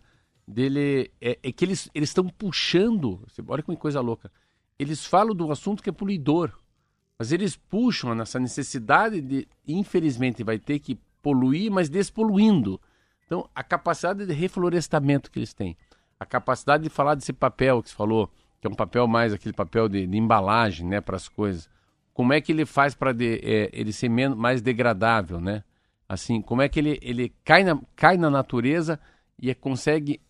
dele, que eles estão puxando, olha que coisa louca, eles falam do assunto que é poluidor, mas eles puxam nessa necessidade de, infelizmente, vai ter que poluir, mas despoluindo. Então, a capacidade de reflorestamento que eles têm, a capacidade de falar desse papel que você falou, que é um papel mais, aquele papel de embalagem, né, para as coisas. Como é que ele faz para ele ser mais degradável, né? Assim, como é que ele cai na natureza e consegue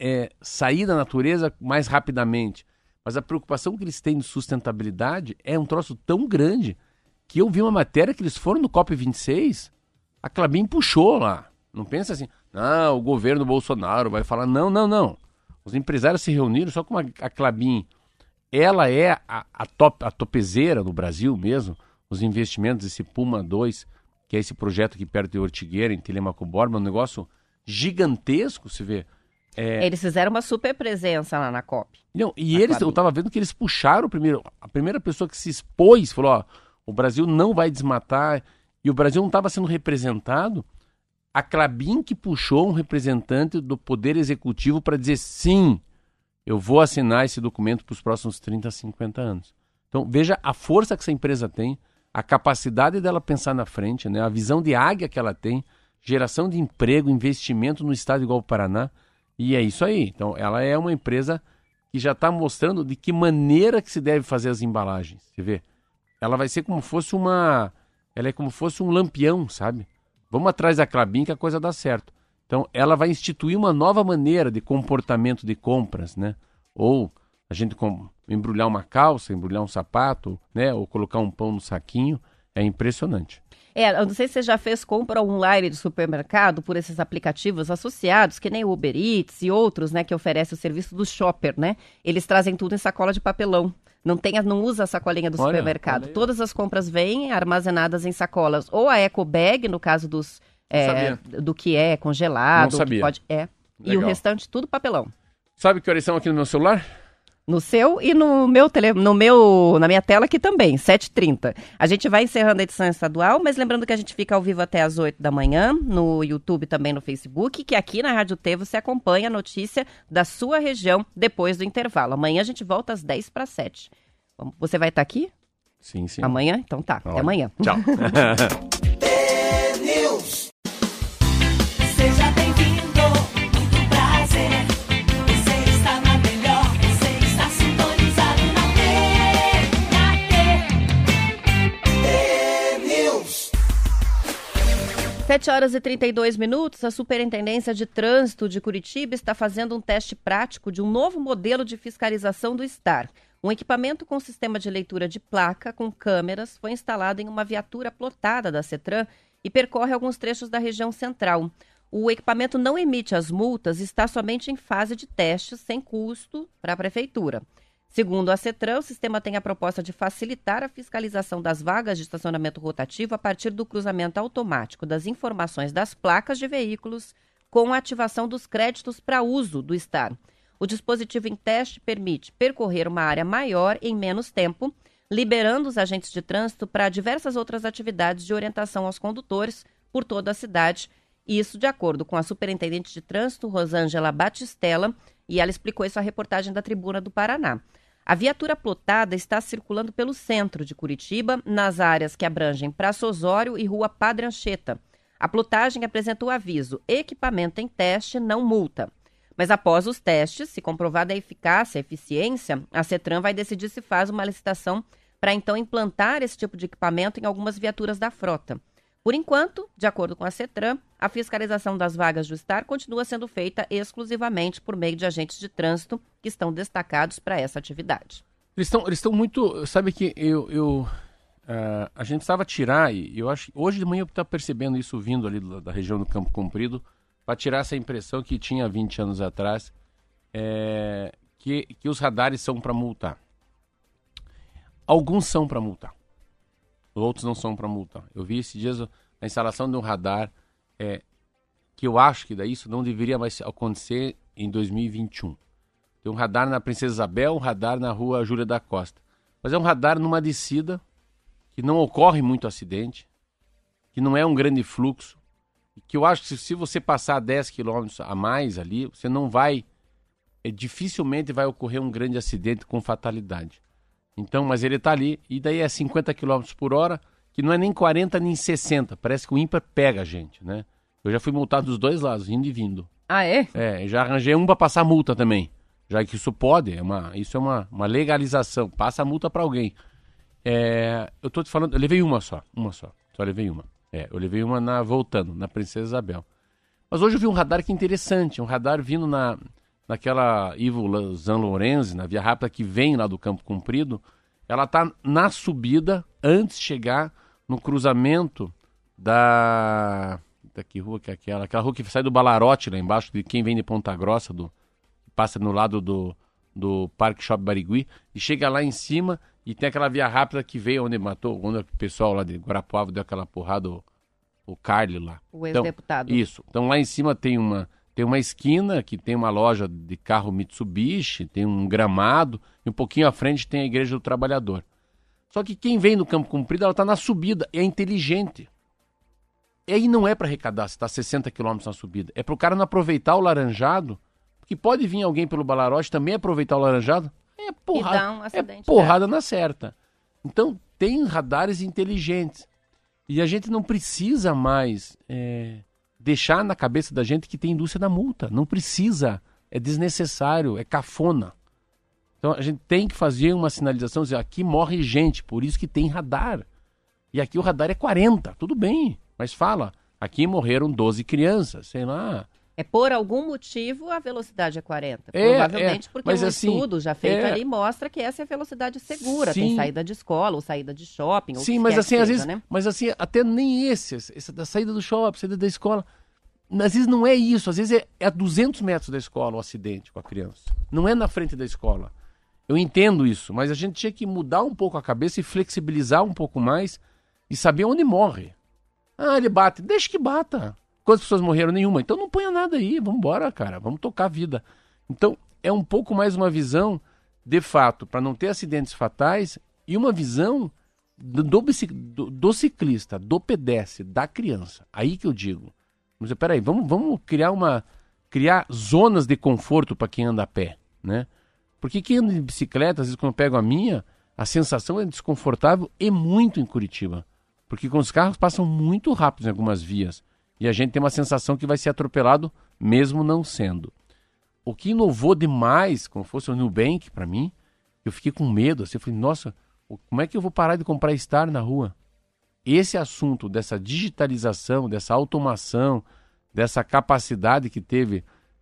sair da natureza mais rapidamente. Mas a preocupação que eles têm de sustentabilidade é um troço tão grande que eu vi uma matéria que eles foram no COP26, a Klabin puxou lá. Não pensa assim, não, o governo Bolsonaro vai falar, não. Os empresários se reuniram, só como a Klabin, ela é a topzera no Brasil mesmo, os investimentos, esse Puma 2, que é esse projeto aqui perto de Ortigueira, em Telemaco Borba, um negócio gigantesco, se vê. Eles fizeram uma super presença lá na COP. Não, e eu estava vendo que eles puxaram a primeira pessoa que se expôs, falou, ó, o Brasil não vai desmatar, e o Brasil não estava sendo representado. A Klabin que puxou um representante do Poder Executivo para dizer sim, eu vou assinar esse documento para os próximos 30, 50 anos. Então, veja a força que essa empresa tem, a capacidade dela pensar na frente, né? A visão de águia que ela tem, geração de emprego, investimento no estado igual o Paraná, e é isso aí. Então, ela é uma empresa que já está mostrando de que maneira que se deve fazer as embalagens. Você vê? Ela vai ser como fosse ela é como fosse um lampião, sabe? Vamos atrás da Klabin que a coisa dá certo. Então, ela vai instituir uma nova maneira de comportamento de compras, né? Ou a gente embrulhar uma calça, embrulhar um sapato, né? Ou colocar um pão no saquinho. É impressionante. Eu não sei se você já fez compra online de supermercado por esses aplicativos associados, que nem o Uber Eats e outros, né? Que oferecem o serviço do shopper, né? Eles trazem tudo em sacola de papelão. Não usa a sacolinha do supermercado. Olha, todas as compras vêm armazenadas em sacolas. Ou a eco bag, no caso do que é congelado. Não sabia. Que pode, e o restante tudo papelão. Sabe que horas são aqui no meu celular? No seu e na minha tela aqui também, 7h30. A gente vai encerrando a edição estadual, mas lembrando que a gente fica ao vivo até às 8 da manhã, no YouTube também no Facebook, que aqui na Rádio T você acompanha a notícia da sua região depois do intervalo. Amanhã a gente volta às 6:50. Você vai estar aqui? Sim. Amanhã? Então tá, até amanhã. Tchau. Seja bem-vindo, muito prazer. Você está na melhor, você está sintonizado na T-News. 7h32, a Superintendência de Trânsito de Curitiba está fazendo um teste prático de um novo modelo de fiscalização do STAR. Um equipamento com sistema de leitura de placa com câmeras foi instalado em uma viatura plotada da CETRAN e percorre alguns trechos da região central. O equipamento não emite as multas e está somente em fase de testes, sem custo para a Prefeitura. Segundo a CETRAN, o sistema tem a proposta de facilitar a fiscalização das vagas de estacionamento rotativo a partir do cruzamento automático das informações das placas de veículos com a ativação dos créditos para uso do STAR. O dispositivo em teste permite percorrer uma área maior em menos tempo, liberando os agentes de trânsito para diversas outras atividades de orientação aos condutores por toda a cidade. Isso de acordo com a superintendente de trânsito, Rosângela Batistella, e ela explicou isso à reportagem da Tribuna do Paraná. A viatura plotada está circulando pelo centro de Curitiba, nas áreas que abrangem Praça Osório e Rua Padre Anchieta. A plotagem apresenta o aviso: equipamento em teste, não multa. Mas após os testes, se comprovada a eficácia e eficiência, a CETRAN vai decidir se faz uma licitação para então implantar esse tipo de equipamento em algumas viaturas da frota. Por enquanto, de acordo com a CETRAN, a fiscalização das vagas do STAR continua sendo feita exclusivamente por meio de agentes de trânsito que estão destacados para essa atividade. Eles estão muito... Sabe que eu a gente precisava tirar, e eu acho que hoje de manhã eu estava percebendo isso vindo ali da região do Campo Comprido, para tirar essa impressão que tinha 20 anos atrás, que os radares são para multar. Alguns são para multar, outros não são para multar. Eu vi esses dias a instalação de um radar, que eu acho que isso não deveria mais acontecer em 2021. Tem um radar na Princesa Isabel, um radar na rua Júlia da Costa. Mas é um radar numa descida, que não ocorre muito acidente, que não é um grande fluxo, e que eu acho que se você passar 10 km a mais ali, você não vai, dificilmente vai ocorrer um grande acidente com fatalidade. Então, mas ele está ali, e daí é 50 km por hora, que não é nem 40 nem 60, parece que o ímpar pega a gente, né? Eu já fui multado dos dois lados, indo e vindo. Ah, é? Já arranjei um para passar multa também. Já que isso pode, isso é uma legalização, passa a multa para alguém. Eu tô te falando, eu levei uma só levei uma. Eu levei uma voltando, na Princesa Isabel. Mas hoje eu vi um radar que é interessante, um radar vindo naquela Ivo Zan Lorenzi, na via rápida que vem lá do Campo Comprido. Ela tá na subida, antes de chegar no cruzamento que rua que é aquela rua que sai do Balarote lá embaixo, de quem vem de Ponta Grossa, passa no lado do Parque Shopping Barigui, e chega lá em cima e tem aquela via rápida que veio onde o pessoal lá de Guarapuava deu aquela porrada, o Carly lá. O ex-deputado. Então, isso. Então lá em cima tem uma esquina que tem uma loja de carro Mitsubishi, tem um gramado, e um pouquinho à frente tem a Igreja do Trabalhador. Só que quem vem no Campo Comprido, ela está na subida, é inteligente. E aí não é para arrecadar, se está 60 km na subida. É para o cara não aproveitar o laranjado, porque pode vir alguém pelo Balarote também aproveitar o laranjado. É porrada, e dá um acidente, porrada na certa. Então tem radares inteligentes. E a gente não precisa mais deixar na cabeça da gente que tem indústria da multa. Não precisa. É desnecessário, é cafona. Então a gente tem que fazer uma sinalização, dizer, aqui morre gente, por isso que tem radar. E aqui o radar é 40, tudo bem. Mas fala, aqui morreram 12 crianças, sei lá. Por algum motivo a velocidade é 40. Provavelmente porque mas um assim, estudo já feito ali mostra que essa é a velocidade segura. Sim. Tem saída de escola ou saída de shopping. Sim, ou mas assim, às vezes, né? mas assim, até nem essa da saída do shopping, saída da escola. Às vezes não é isso, às vezes é a 200 metros da escola o acidente com a criança. Não é na frente da escola. Eu entendo isso, mas a gente tinha que mudar um pouco a cabeça e flexibilizar um pouco mais e saber onde morre. Ah, ele bate. Deixa que bata. Quantas pessoas morreram? Nenhuma. Então não ponha nada aí. Vamos embora, cara. Vamos tocar a vida. Então é um pouco mais uma visão, de fato, para não ter acidentes fatais e uma visão do ciclista, do pedestre, da criança. Aí que eu digo. Mas peraí, vamos criar zonas de conforto para quem anda a pé, né? Porque quem anda de bicicleta, às vezes quando eu pego a minha, a sensação é desconfortável e muito em Curitiba. Porque os carros passam muito rápido em algumas vias. E a gente tem uma sensação que vai ser atropelado, mesmo não sendo. O que inovou demais, como fosse o Nubank, para mim, eu fiquei com medo. Assim, eu falei, nossa, como é que eu vou parar de comprar Star na rua? Esse assunto dessa digitalização, dessa automação, dessa capacidade que teve,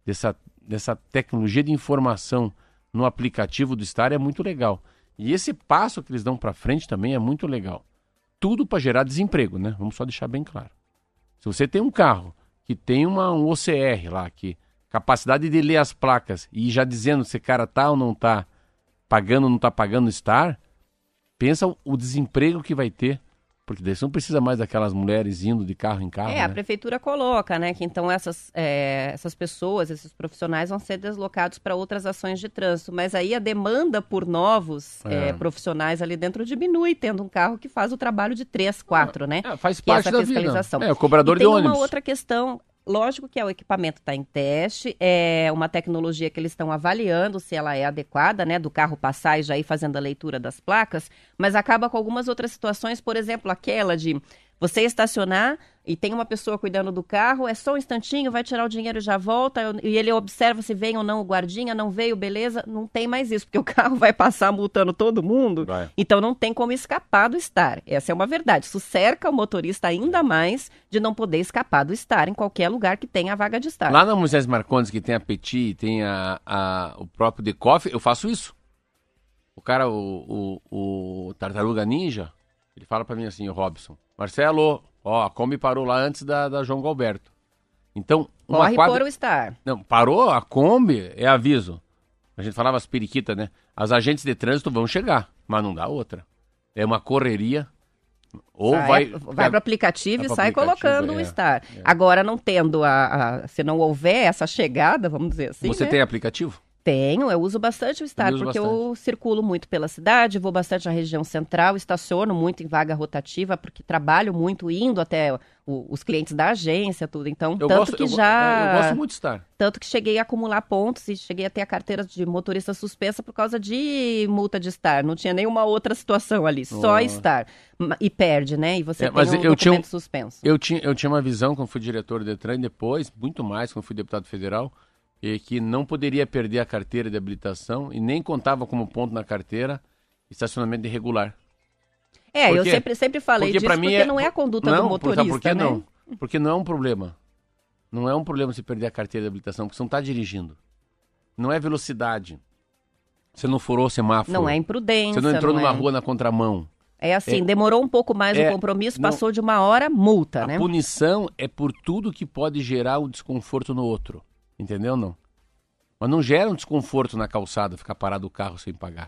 dessa tecnologia de informação no aplicativo do Star é muito legal. E esse passo que eles dão para frente também é muito legal. Tudo para gerar desemprego, né? Vamos só deixar bem claro. Se você tem um carro que tem um OCR lá, que capacidade de ler as placas e já dizendo se o cara tá ou não tá pagando ou não tá pagando Star, pensa o desemprego que vai ter. Porque daí você não precisa mais daquelas mulheres indo de carro em carro. A prefeitura coloca, né, que então essas pessoas, esses profissionais vão ser deslocados para outras ações de trânsito. Mas aí a demanda por novos profissionais ali dentro diminui, tendo um carro que faz o trabalho de 3, 4, né? Faz parte da fiscalização. vida. O cobrador de ônibus. Tem uma outra questão. Lógico que o equipamento está em teste, é uma tecnologia que eles estão avaliando se ela é adequada, né, do carro passar e já ir fazendo a leitura das placas, mas acaba com algumas outras situações, por exemplo, aquela de você estacionar e tem uma pessoa cuidando do carro, é só um instantinho, vai tirar o dinheiro e já volta, e ele observa se vem ou não o guardinha, não veio, beleza, não tem mais isso, porque o carro vai passar multando todo mundo, então não tem como escapar do Star. Essa é uma verdade, isso cerca o motorista ainda mais de não poder escapar do Star em qualquer lugar que tenha a vaga de Star. Lá na Moisés Marcondes, que tem a Petit, tem o próprio The Coffee, eu faço isso. O cara, o Tartaruga Ninja, Ele fala pra mim assim, o Robson, Marcelo, ó, a Kombi parou lá antes da João Galberto. Então, Corre por o Star. Não, parou a Kombi, é aviso. A gente falava as periquitas, né? As agentes de trânsito vão chegar, mas não dá outra. É uma correria. Ou vai pro aplicativo e sai colocando o Star. É. Agora, não tendo se não houver essa chegada, vamos dizer assim, Você né? tem aplicativo? Tenho, eu uso bastante o Star, porque eu circulo muito pela cidade, vou bastante na região central, estaciono muito em vaga rotativa, porque trabalho muito indo até os clientes da agência, tudo. Então, Eu gosto muito de Star. Tanto que cheguei a acumular pontos e cheguei a ter a carteira de motorista suspensa por causa de multa de Star. Não tinha nenhuma outra situação ali, só Star. E perde, né? E você tem um documento suspenso. Eu tinha uma visão quando fui diretor do Detran, e depois, muito mais, quando fui deputado federal, e que não poderia perder a carteira de habilitação e nem contava como ponto na carteira estacionamento irregular. Eu sempre falei disso, porque não é a conduta do motorista, por que né? não? Porque não é um problema. Não é um problema se perder a carteira de habilitação, porque você não está dirigindo. Não é velocidade. Você não furou o semáforo. Não é imprudência. Você não entrou numa rua na contramão. É assim, demorou um pouco mais o compromisso, passou de 1 hora, multa, né? A punição é por tudo que pode gerar o desconforto no outro. Entendeu, não? Mas não gera um desconforto na calçada ficar parado o carro sem pagar.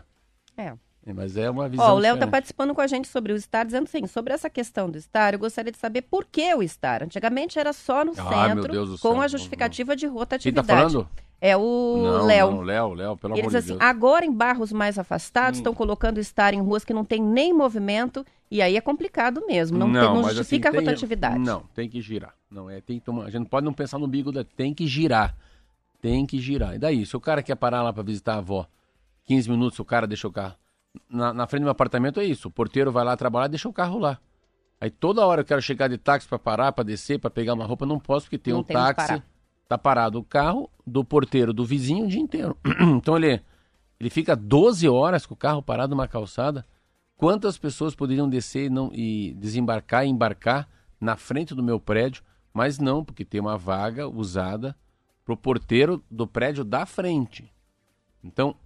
Mas é uma visão o Léo está diferente. participando com a gente sobre o Star, dizendo assim, sobre essa questão do Star, eu gostaria de saber por que o Star. Antigamente era só no centro, com a justificativa de rotatividade. Quem tá falando? É o Léo. Não, Léo, pelo Ele amor diz de assim, Deus. agora em bairros mais afastados, estão colocando Star em ruas que não tem nem movimento, e aí é complicado mesmo, não justifica a rotatividade. Não, tem que girar. Tem que tomar, a gente não pode não pensar no bico, tem que girar. Tem que girar. E daí, se o cara quer parar lá para visitar a avó, 15 minutos, o cara deixa o carro. Na frente do meu apartamento é isso. O porteiro vai lá trabalhar e deixa o carro lá. Aí toda hora eu quero chegar de táxi para parar, para descer, para pegar uma roupa, não posso porque tem um táxi, tá parado o carro do porteiro, do vizinho o dia inteiro. Então ele fica 12 horas com o carro parado numa calçada. Quantas pessoas poderiam descer e desembarcar e embarcar na frente do meu prédio, mas não, porque tem uma vaga usada pro porteiro do prédio da frente. Então,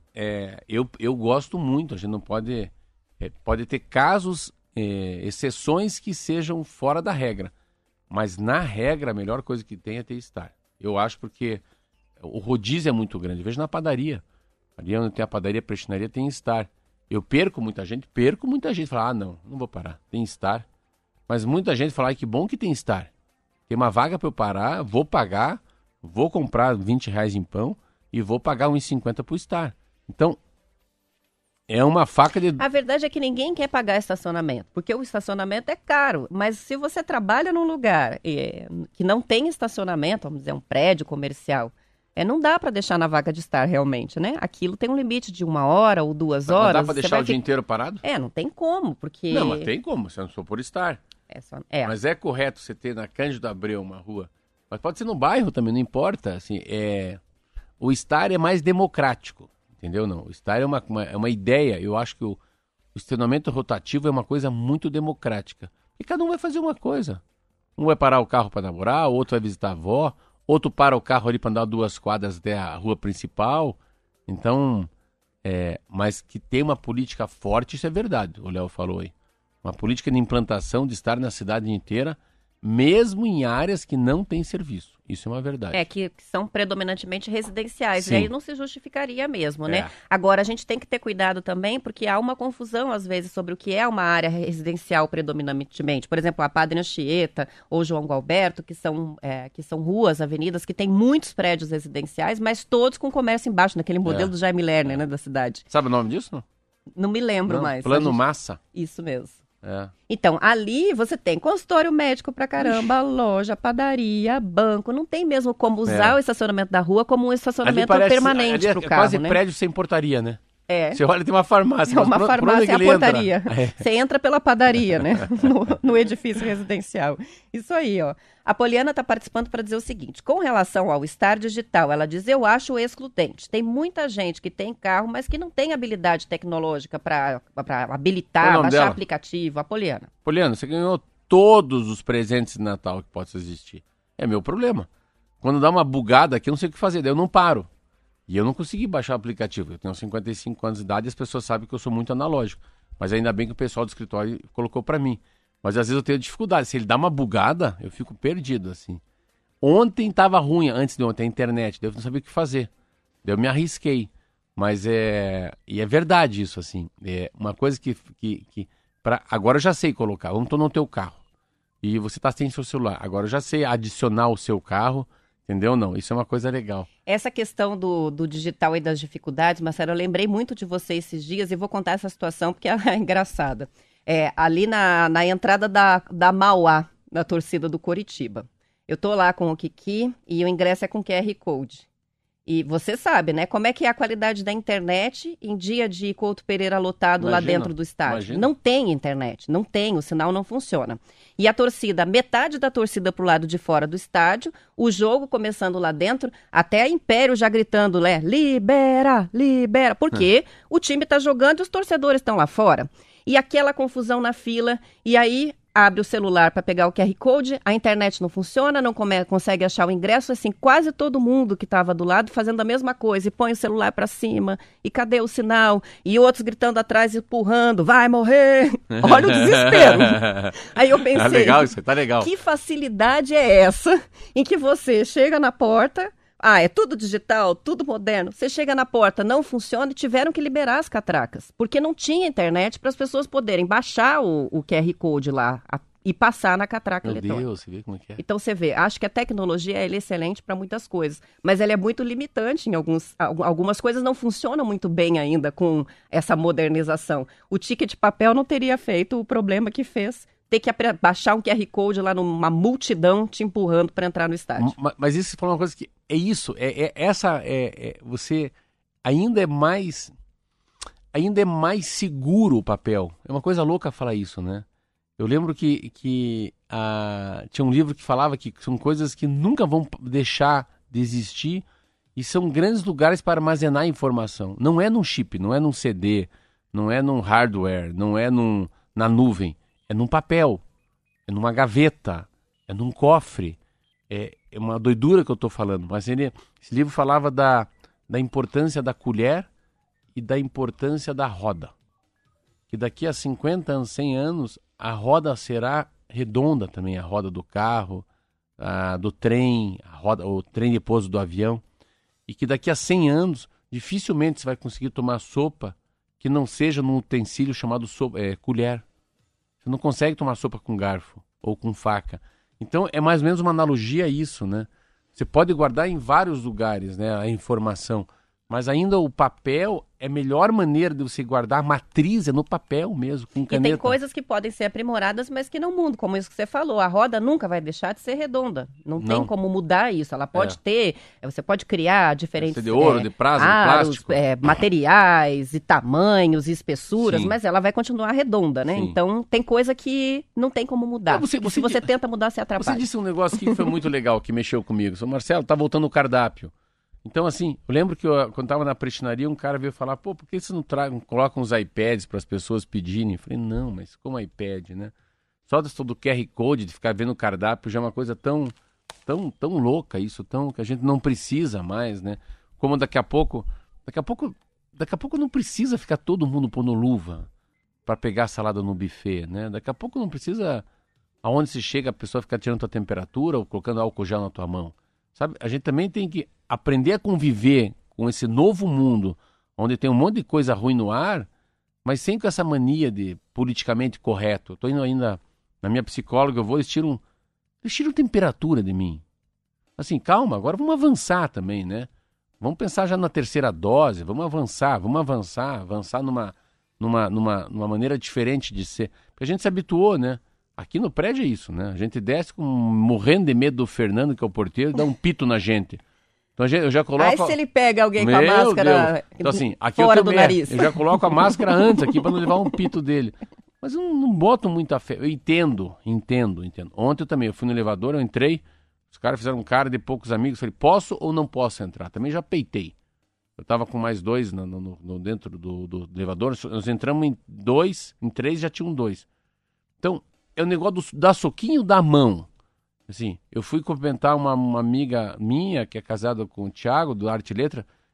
eu gosto muito, a gente não pode ter casos, exceções que sejam fora da regra, mas na regra a melhor coisa que tem é ter Star. Eu acho porque o rodízio é muito grande, eu vejo na padaria, ali onde tem a padaria, a prestinaria, tem Star. Eu perco muita gente, fala, não vou parar, tem Star, mas muita gente fala, que bom que tem Star, tem uma vaga para eu parar, vou pagar, vou comprar R$20 em pão e vou pagar R$1,50 pro Star. Então, é uma faca de... A verdade é que ninguém quer pagar estacionamento, porque o estacionamento é caro. Mas se você trabalha num lugar que não tem estacionamento, vamos dizer, um prédio comercial, não dá para deixar na vaga de Star realmente, né? Aquilo tem um limite de 1 hora ou 2 horas. Não dá para deixar o dia inteiro parado? Não tem como, porque... Não, mas tem como, se eu não sou por Star. Mas é correto você ter na Cândido Abreu uma rua... Mas pode ser no bairro também, não importa. Assim, o Star é mais democrático, entendeu? Não, o Star é uma ideia. Eu acho que o estacionamento rotativo é uma coisa muito democrática. E cada um vai fazer uma coisa. Um vai parar o carro para namorar, outro vai visitar a avó, outro para o carro ali para andar 2 quadras até a rua principal. Então, mas que tem uma política forte, isso é verdade, o Léo falou aí. Uma política de implantação de Star na cidade inteira, mesmo em áreas que não tem serviço. Isso é uma verdade. Que são predominantemente residenciais. Sim. E aí não se justificaria mesmo, né? Agora, a gente tem que ter cuidado também, porque há uma confusão, às vezes, sobre o que é uma área residencial predominantemente. Por exemplo, a Padre Anchieta ou João Galberto, que são ruas, avenidas, que têm muitos prédios residenciais, mas todos com comércio embaixo, naquele modelo do Jaime Lerner, né, da cidade. Sabe o nome disso? Não me lembro mais. Plano Massa. Isso mesmo. Então, ali você tem consultório médico pra caramba, loja, padaria, banco. Não tem mesmo como usar o estacionamento da rua como um estacionamento permanente pro carro, quase né? prédio sem portaria, né? É. Você olha, tem uma farmácia. É uma farmácia, é a portaria. Entra? Você entra pela padaria, né? No edifício residencial. Isso aí, ó. A Poliana está participando para dizer o seguinte: com relação ao Star Digital, ela diz, eu acho excludente. Tem muita gente que tem carro, mas que não tem habilidade tecnológica para habilitar, baixar aplicativo. A Poliana. Poliana, você ganhou todos os presentes de Natal que possa existir. É meu problema. Quando dá uma bugada aqui, eu não sei o que fazer, daí eu não paro. E eu não consegui baixar o aplicativo. Eu tenho 55 anos de idade e as pessoas sabem que eu sou muito analógico. Mas ainda bem que o pessoal do escritório colocou para mim. Mas às vezes eu tenho dificuldade. Se ele dá uma bugada, eu fico perdido, assim. Ontem estava ruim, antes de ontem, a internet. Daí eu não sabia o que fazer. Daí eu me arrisquei. Mas e é verdade isso, assim. É uma coisa que agora eu já sei colocar. Vamos no teu carro. E você está sem seu celular. Agora eu já sei adicionar o seu carro. Entendeu? Não, isso é uma coisa legal. Essa questão do digital e das dificuldades, Marcelo, eu lembrei muito de você esses dias e vou contar essa situação porque ela é engraçada. Ali na entrada da Mauá, da torcida do Coritiba. Eu tô lá com o Kiki e o ingresso é com QR Code. E você sabe, né, como é que é a qualidade da internet em dia de Couto Pereira lotado lá dentro do estádio. Imagina. Não tem internet, não tem, o sinal não funciona. E a torcida, metade da torcida pro lado de fora do estádio, o jogo começando lá dentro, até a Império já gritando, né, libera, libera, porque o time tá jogando e os torcedores estão lá fora. E aquela confusão na fila, e aí abre o celular para pegar o QR Code, a internet não funciona, não consegue achar o ingresso, assim, quase todo mundo que estava do lado fazendo a mesma coisa, e põe o celular para cima, e cadê o sinal? E outros gritando atrás, empurrando, vai morrer! Olha o desespero! Aí eu pensei, legal isso, tá legal. Que facilidade é essa em que você chega na porta... é tudo digital, tudo moderno. Você chega na porta, não funciona e tiveram que liberar as catracas. Porque não tinha internet para as pessoas poderem baixar o QR Code lá e passar na catraca eletrônica. Meu Deus, você vê como é que é. Então você vê, acho que a tecnologia ela é excelente para muitas coisas, mas ela é muito limitante em algumas coisas não funcionam muito bem ainda com essa modernização. O ticket de papel não teria feito o problema que fez. Ter que baixar um QR Code lá numa multidão te empurrando para entrar no estádio. Mas isso foi uma coisa que... É isso, você ainda é mais seguro o papel. É uma coisa louca falar isso, né? Eu lembro que tinha um livro que falava que são coisas que nunca vão deixar de existir e são grandes lugares para armazenar informação. Não é num chip, não é num CD, não é num hardware, não é na nuvem. É num papel, é numa gaveta, é num cofre. É uma doidura que eu estou falando. Mas esse livro falava da importância da colher e da importância da roda. Que daqui a 50 anos, 100 anos, a roda será redonda também. A roda do carro, do trem, o trem de pouso do avião. E que daqui a 100 anos, dificilmente você vai conseguir tomar sopa que não seja num utensílio chamado colher. Você não consegue tomar sopa com garfo ou com faca. Então, é mais ou menos uma analogia a isso, né? Você pode guardar em vários lugares, né, a informação, mas ainda o papel é a melhor maneira de você guardar. A matriz é no papel mesmo, com caneta. E tem coisas que podem ser aprimoradas, mas que não mudam, como isso que você falou. A roda nunca vai deixar de ser redonda. Não tem como mudar isso. Ela pode ter, você pode criar diferentes... de ouro, de prazo, de plástico. Materiais e tamanhos e espessuras, Sim. mas ela vai continuar redonda, né? Sim. Então, tem coisa que não tem como mudar. Se você tenta mudar, você atrapalha. Você disse um negócio que foi muito legal, que mexeu comigo. Seu Marcelo, tá voltando o cardápio. Então, assim, eu lembro que quando estava na prestinaria, um cara veio falar, por que vocês não colocam os iPads para as pessoas pedirem? Eu falei, não, mas como iPad, né? Só do QR Code, de ficar vendo o cardápio, já é uma coisa tão louca isso, que a gente não precisa mais, né? Como daqui a pouco não precisa ficar todo mundo pondo luva para pegar a salada no buffet, né? Daqui a pouco não precisa, aonde se chega, a pessoa ficar tirando tua temperatura ou colocando álcool gel na tua mão. Sabe? A gente também tem que aprender a conviver com esse novo mundo, onde tem um monte de coisa ruim no ar, mas sem com essa mania de politicamente correto. Estou indo ainda na minha psicóloga, eu vou, eles tiram temperatura de mim. Assim, calma, agora vamos avançar também, né? Vamos pensar já na terceira dose, vamos avançar numa maneira diferente de ser. Porque a gente se habituou, né? Aqui no prédio é isso, né? A gente desce morrendo de medo do Fernando, que é o porteiro, e dá um pito na gente. Então eu já coloco... Aí se ele pega alguém com a máscara então, assim, aqui fora do nariz. Eu já coloco a máscara antes aqui para não levar um pito dele. Mas eu não boto muita fé. Eu entendo. Ontem eu fui no elevador, eu entrei, os caras fizeram um cara de poucos amigos, falei, posso ou não posso entrar? Também já peitei. Eu estava com mais dois dentro do elevador, nós entramos em 3 já tinham 2. Então, é o negócio dar soquinho da mão. Assim, eu fui cumprimentar uma amiga minha, que é casada com o Thiago, do Arte e Letra,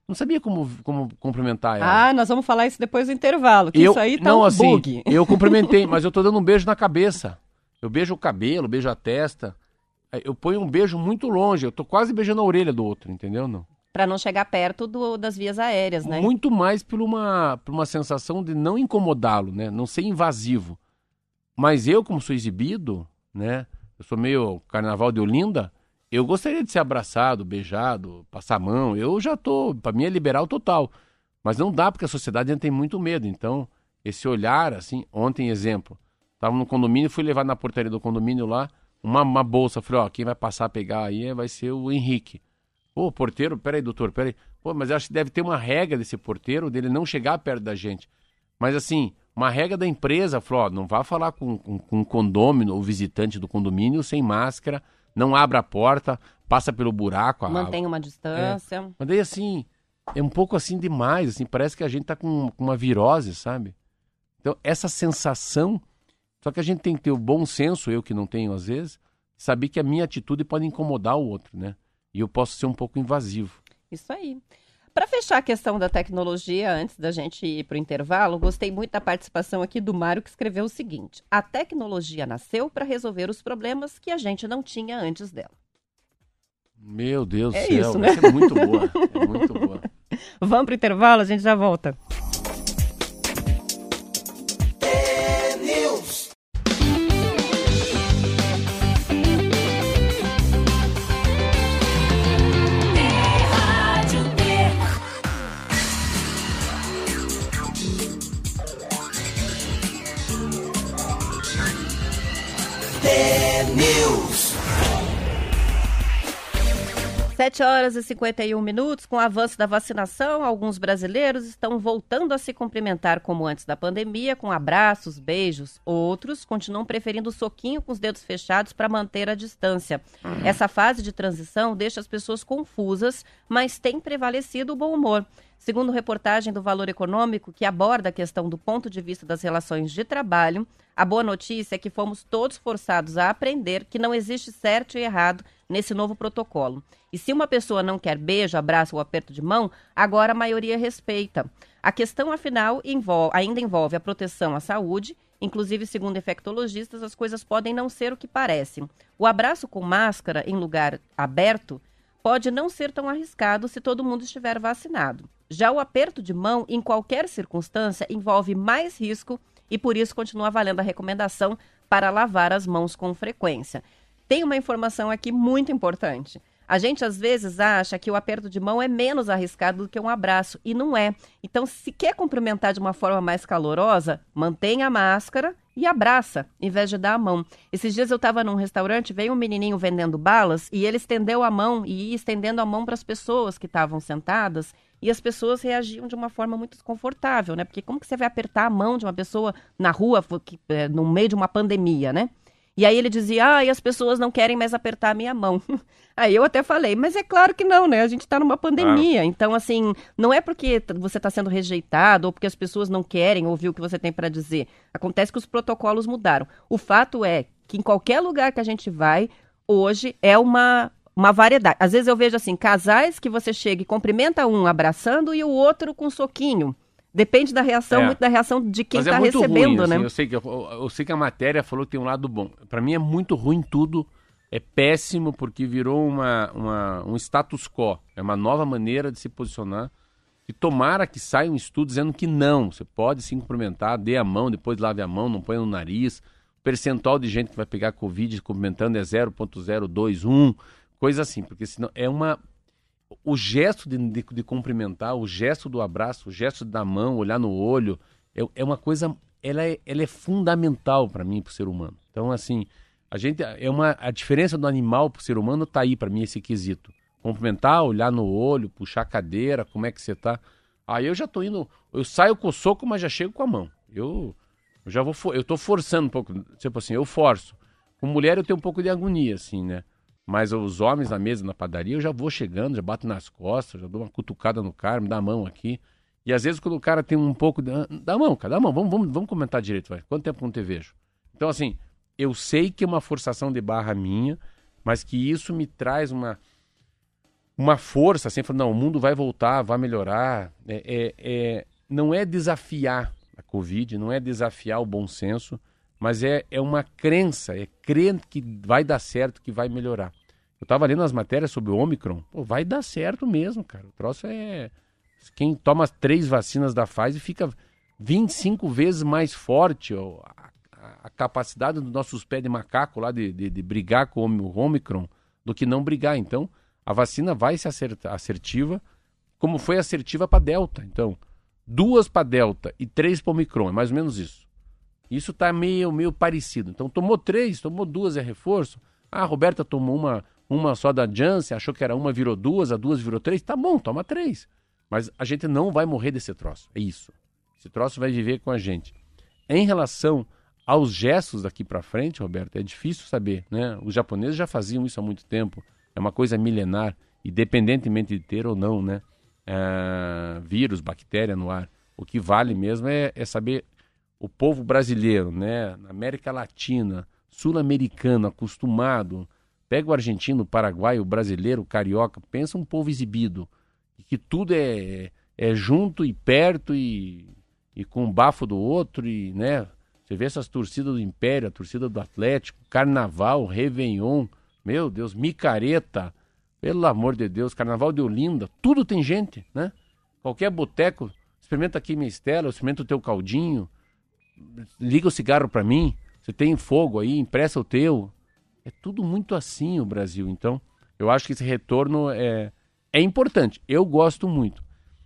Não sabia como cumprimentar ela. Ah, nós vamos falar isso depois do intervalo, que isso aí tá não, um assim, bug. Eu cumprimentei, mas eu tô dando um beijo na cabeça. Eu beijo o cabelo, beijo a testa. Eu ponho um beijo muito longe. Eu tô quase beijando a orelha do outro, entendeu? Não. Pra não chegar perto das vias aéreas, né? Muito mais por uma sensação de não incomodá-lo, né? Não ser invasivo. Mas eu, como sou exibido, né? Eu sou meio Carnaval de Olinda. Eu gostaria de ser abraçado, beijado, passar a mão. Eu já tô, pra mim é liberal total. Mas não dá porque a sociedade ainda tem muito medo. Então, esse olhar, assim, ontem, exemplo, tava no condomínio, fui levar na portaria do condomínio lá, uma bolsa. Falei, ó, quem vai passar a pegar aí vai ser o Henrique. Pô, porteiro, peraí, doutor, peraí. Pô, mas eu acho que deve ter uma regra desse porteiro, dele não chegar perto da gente. Mas assim, uma regra da empresa, falou, ó, não vá falar com o condômino, o visitante do condomínio sem máscara, não abra a porta, passa pelo buraco. Mantém uma distância. Mas daí assim, é um pouco assim demais, assim, parece que a gente tá com uma virose, sabe? Então, essa sensação, só que a gente tem que ter o bom senso, eu que não tenho às vezes, saber que a minha atitude pode incomodar o outro, né? E eu posso ser um pouco invasivo. Isso aí. Para fechar a questão da tecnologia, antes da gente ir para o intervalo, gostei muito da participação aqui do Mário, que escreveu o seguinte: a tecnologia nasceu para resolver os problemas que a gente não tinha antes dela. Meu Deus do É céu, isso, né? essa é muito boa. É muito boa. Vamos para o intervalo, a gente já volta. News. 7h51. Com o avanço da vacinação, alguns brasileiros estão voltando a se cumprimentar como antes da pandemia, com abraços, beijos. Outros continuam preferindo o soquinho com os dedos fechados para manter a distância. Essa fase de transição deixa as pessoas confusas, mas tem prevalecido o bom humor. Segundo reportagem do Valor Econômico, que aborda a questão do ponto de vista das relações de trabalho, a boa notícia é que fomos todos forçados a aprender que não existe certo e errado nesse novo protocolo. E se uma pessoa não quer beijo, abraço ou aperto de mão, agora a maioria respeita. A questão, afinal, ainda envolve a proteção à saúde. Inclusive, segundo infectologistas, as coisas podem não ser o que parecem. O abraço com máscara em lugar aberto pode não ser tão arriscado se todo mundo estiver vacinado. Já o aperto de mão, em qualquer circunstância, envolve mais risco e, por isso, continua valendo a recomendação para lavar as mãos com frequência. Tem uma informação aqui muito importante. A gente, às vezes, acha que o aperto de mão é menos arriscado do que um abraço, e não é. Então, se quer cumprimentar de uma forma mais calorosa, mantenha a máscara e abraça, em vez de dar a mão. Esses dias eu estava num restaurante, veio um menininho vendendo balas, e ele estendeu a mão e ia estendendo a mão para as pessoas que estavam sentadas, e as pessoas reagiam de uma forma muito desconfortável, né? Porque como que você vai apertar a mão de uma pessoa na rua, no meio de uma pandemia, né? E aí ele dizia, e as pessoas não querem mais apertar a minha mão. Aí eu até falei, mas é claro que não, né? A gente está numa pandemia. Então, assim, não é porque você está sendo rejeitado ou porque as pessoas não querem ouvir o que você tem para dizer. Acontece que os protocolos mudaram. O fato é que em qualquer lugar que a gente vai, hoje é uma variedade. Às vezes eu vejo, assim, casais que você chega e cumprimenta um abraçando e o outro com um soquinho. Depende da reação, muito da reação de quem está recebendo, ruim, né? Assim, eu sei que a matéria falou que tem um lado bom. Para mim é muito ruim tudo, é péssimo porque virou um status quo. É uma nova maneira de se posicionar. E tomara que saia um estudo dizendo que não, você pode se cumprimentar, dê a mão, depois lave a mão, não põe no nariz. O percentual de gente que vai pegar Covid cumprimentando é 0,021, coisa assim, porque senão é uma... O gesto de cumprimentar, o gesto do abraço, o gesto da mão, olhar no olho, é uma coisa, ela é fundamental para mim, para o ser humano. Então, assim, a diferença do animal para o ser humano está aí para mim, esse quesito. Cumprimentar, olhar no olho, puxar a cadeira, como é que você tá. Aí eu já tô indo, eu saio com o soco, mas já chego com a mão. Eu tô forçando um pouco, tipo assim, eu forço. Com mulher eu tenho um pouco de agonia, assim, né? Mas os homens na mesa, na padaria, eu já vou chegando, já bato nas costas, já dou uma cutucada no cara, me dá a mão aqui. E às vezes quando o cara tem um pouco de... Dá a mão, cara, dá a mão, vamos comentar direito, vai. Quanto tempo que eu não te vejo? Então, assim, eu sei que é uma forçação de barra minha, mas que isso me traz uma força, assim, falando, não, o mundo vai voltar, vai melhorar. Não é desafiar a Covid, não é desafiar o bom senso, mas é uma crença, é crer que vai dar certo, que vai melhorar. Eu estava lendo as matérias sobre o Ômicron, vai dar certo mesmo, cara. O troço é... Quem toma 3 vacinas da Pfizer fica 25 vezes mais forte, a capacidade dos nossos pés de macaco lá de brigar com o Ômicron do que não brigar. Então, a vacina vai ser assertiva, como foi assertiva para Delta. Então, 2 para Delta e 3 para Omicron, é mais ou menos isso. Isso está meio parecido. Então, tomou 3, tomou 2 é reforço. A Roberta tomou uma só da Janssen, achou que era uma, virou 2, a 2 virou 3. Tá bom, toma 3. Mas a gente não vai morrer desse troço, é isso. Esse troço vai viver com a gente. Em relação aos gestos daqui para frente, Roberto, é difícil saber, né? Os japoneses já faziam isso há muito tempo. É uma coisa milenar, independentemente de ter ou não, né? Vírus, bactéria no ar. O que vale mesmo é saber o povo brasileiro, né? Na América Latina, sul-americano, acostumado. Pega o argentino, o paraguaio, o brasileiro, o carioca, pensa um povo exibido. E que tudo é junto e perto e com o bafo do outro, e, né? Você vê essas torcidas do Império, a torcida do Atlético, Carnaval, Réveillon, meu Deus, micareta, pelo amor de Deus, Carnaval de Olinda, tudo tem gente, né? Qualquer boteco, experimenta aqui minha Estela, experimenta o teu caldinho, liga o cigarro para mim, você tem fogo aí, empresta o teu. É tudo muito assim o Brasil. Então, eu acho que esse retorno é importante. Eu gosto muito.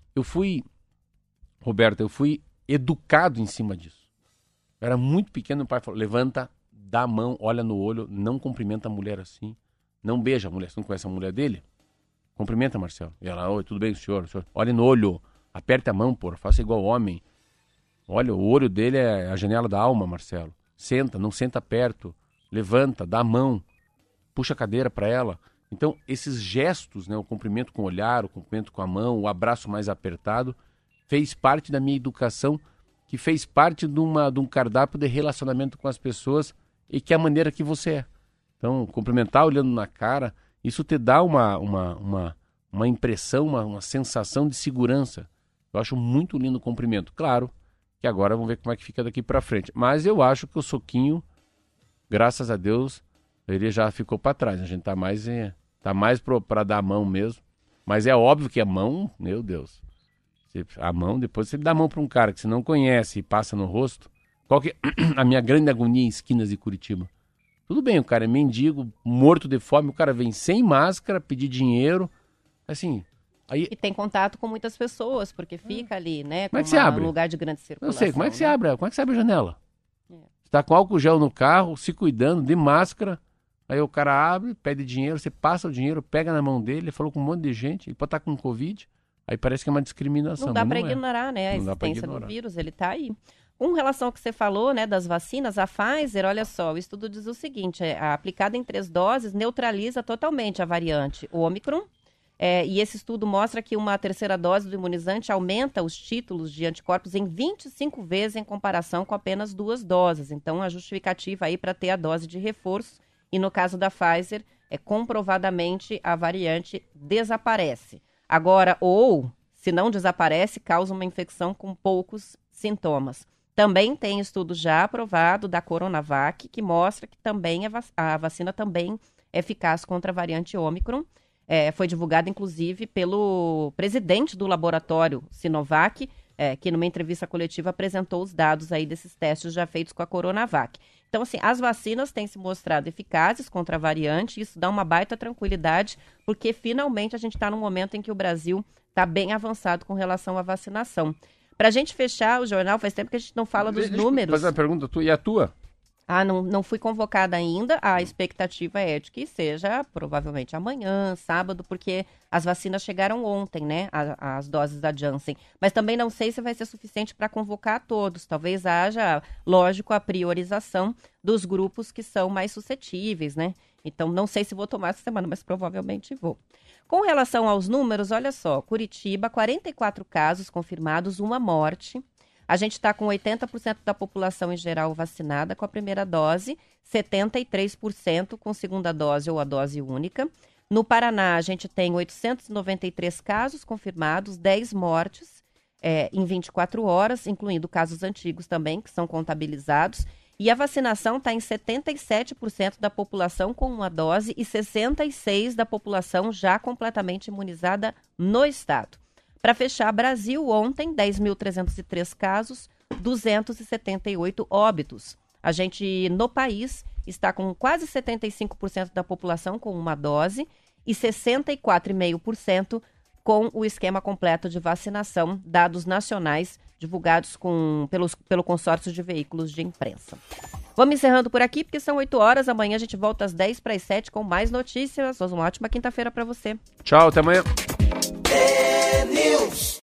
Roberto, eu fui educado em cima disso. Eu era muito pequeno, meu pai falou, levanta, dá a mão, olha no olho, não cumprimenta a mulher assim, não beija a mulher. Você não conhece a mulher dele? Cumprimenta, Marcelo. E ela, oi, tudo bem, senhor? Olha no olho, aperte a mão, porra, faça igual homem. Olha, o olho dele é a janela da alma, Marcelo. Senta, não senta perto, levanta, dá a mão, puxa a cadeira para ela. Então, esses gestos, né, o cumprimento com o olhar, o cumprimento com a mão, o abraço mais apertado, fez parte da minha educação, que fez parte de um cardápio de relacionamento com as pessoas e que é a maneira que você é. Então, cumprimentar olhando na cara, isso te dá uma impressão, uma sensação de segurança. Eu acho muito lindo o cumprimento. Claro que agora vamos ver como é que fica daqui para frente. Mas eu acho que o soquinho, graças a Deus, ele já ficou para trás. A gente tá mais para dar a mão mesmo. Mas é óbvio que a mão, meu Deus, a mão, depois você dá a mão para um cara que você não conhece e passa no rosto. Qual que é a minha grande agonia em esquinas de Curitiba? Tudo bem, o cara é mendigo, morto de fome, o cara vem sem máscara, pedir dinheiro, assim... Aí... E tem contato com muitas pessoas, porque fica ali, né? Como é que você abre? Um lugar de grande circulação. Eu sei, como é que você né? abre? Como é que você abre a janela? Você tá com álcool gel no carro, se cuidando, de máscara, aí o cara abre, pede dinheiro, você passa o dinheiro, pega na mão dele, ele falou com um monte de gente, ele pode estar com Covid, aí parece que é uma discriminação. Não dá para é. ignorar, né? A Não dá pra existência ignorar. do vírus, ele tá aí. Com relação ao que você falou, né, das vacinas, a Pfizer, olha só, o estudo diz o seguinte, aplicada em 3 doses, neutraliza totalmente a variante Ômicron, e esse estudo mostra que uma terceira dose do imunizante aumenta os títulos de anticorpos em 25 vezes em comparação com apenas 2 doses. Então, a justificativa aí para ter a dose de reforço, e no caso da Pfizer, comprovadamente a variante desaparece. Agora, ou, se não desaparece, causa uma infecção com poucos sintomas. Também tem estudo já aprovado da Coronavac, que mostra que também a vacina também é eficaz contra a variante Ômicron. Foi divulgado, inclusive, pelo presidente do laboratório Sinovac, que numa entrevista coletiva apresentou os dados aí desses testes já feitos com a Coronavac. Então, assim, as vacinas têm se mostrado eficazes contra a variante, e isso dá uma baita tranquilidade, porque finalmente a gente está num momento em que o Brasil está bem avançado com relação à vacinação. Para a gente fechar o jornal, faz tempo que a gente não fala dos números. Fazer uma pergunta, e a tua? Não fui convocada ainda. A expectativa é de que seja provavelmente amanhã, sábado, porque as vacinas chegaram ontem, né? As doses da Janssen. Mas também não sei se vai ser suficiente para convocar a todos. Talvez haja, lógico, a priorização dos grupos que são mais suscetíveis, né? Então, não sei se vou tomar essa semana, mas provavelmente vou. Com relação aos números, olha só, Curitiba, 44 casos confirmados, 1 morte. A gente está com 80% da população em geral vacinada com a primeira dose, 73% com segunda dose ou a dose única. No Paraná, a gente tem 893 casos confirmados, 10 mortes em 24 horas, incluindo casos antigos também, que são contabilizados. E a vacinação está em 77% da população com uma dose e 66% da população já completamente imunizada no estado. Para fechar, Brasil, ontem, 10.303 casos, 278 óbitos. A gente, no país, está com quase 75% da população com uma dose e 64,5% com o esquema completo de vacinação, dados nacionais divulgados pelo consórcio de veículos de imprensa. Vamos encerrando por aqui, porque são 8 horas. Amanhã a gente volta às 10:50 com mais notícias. Uma ótima quinta-feira para você. Tchau, até amanhã.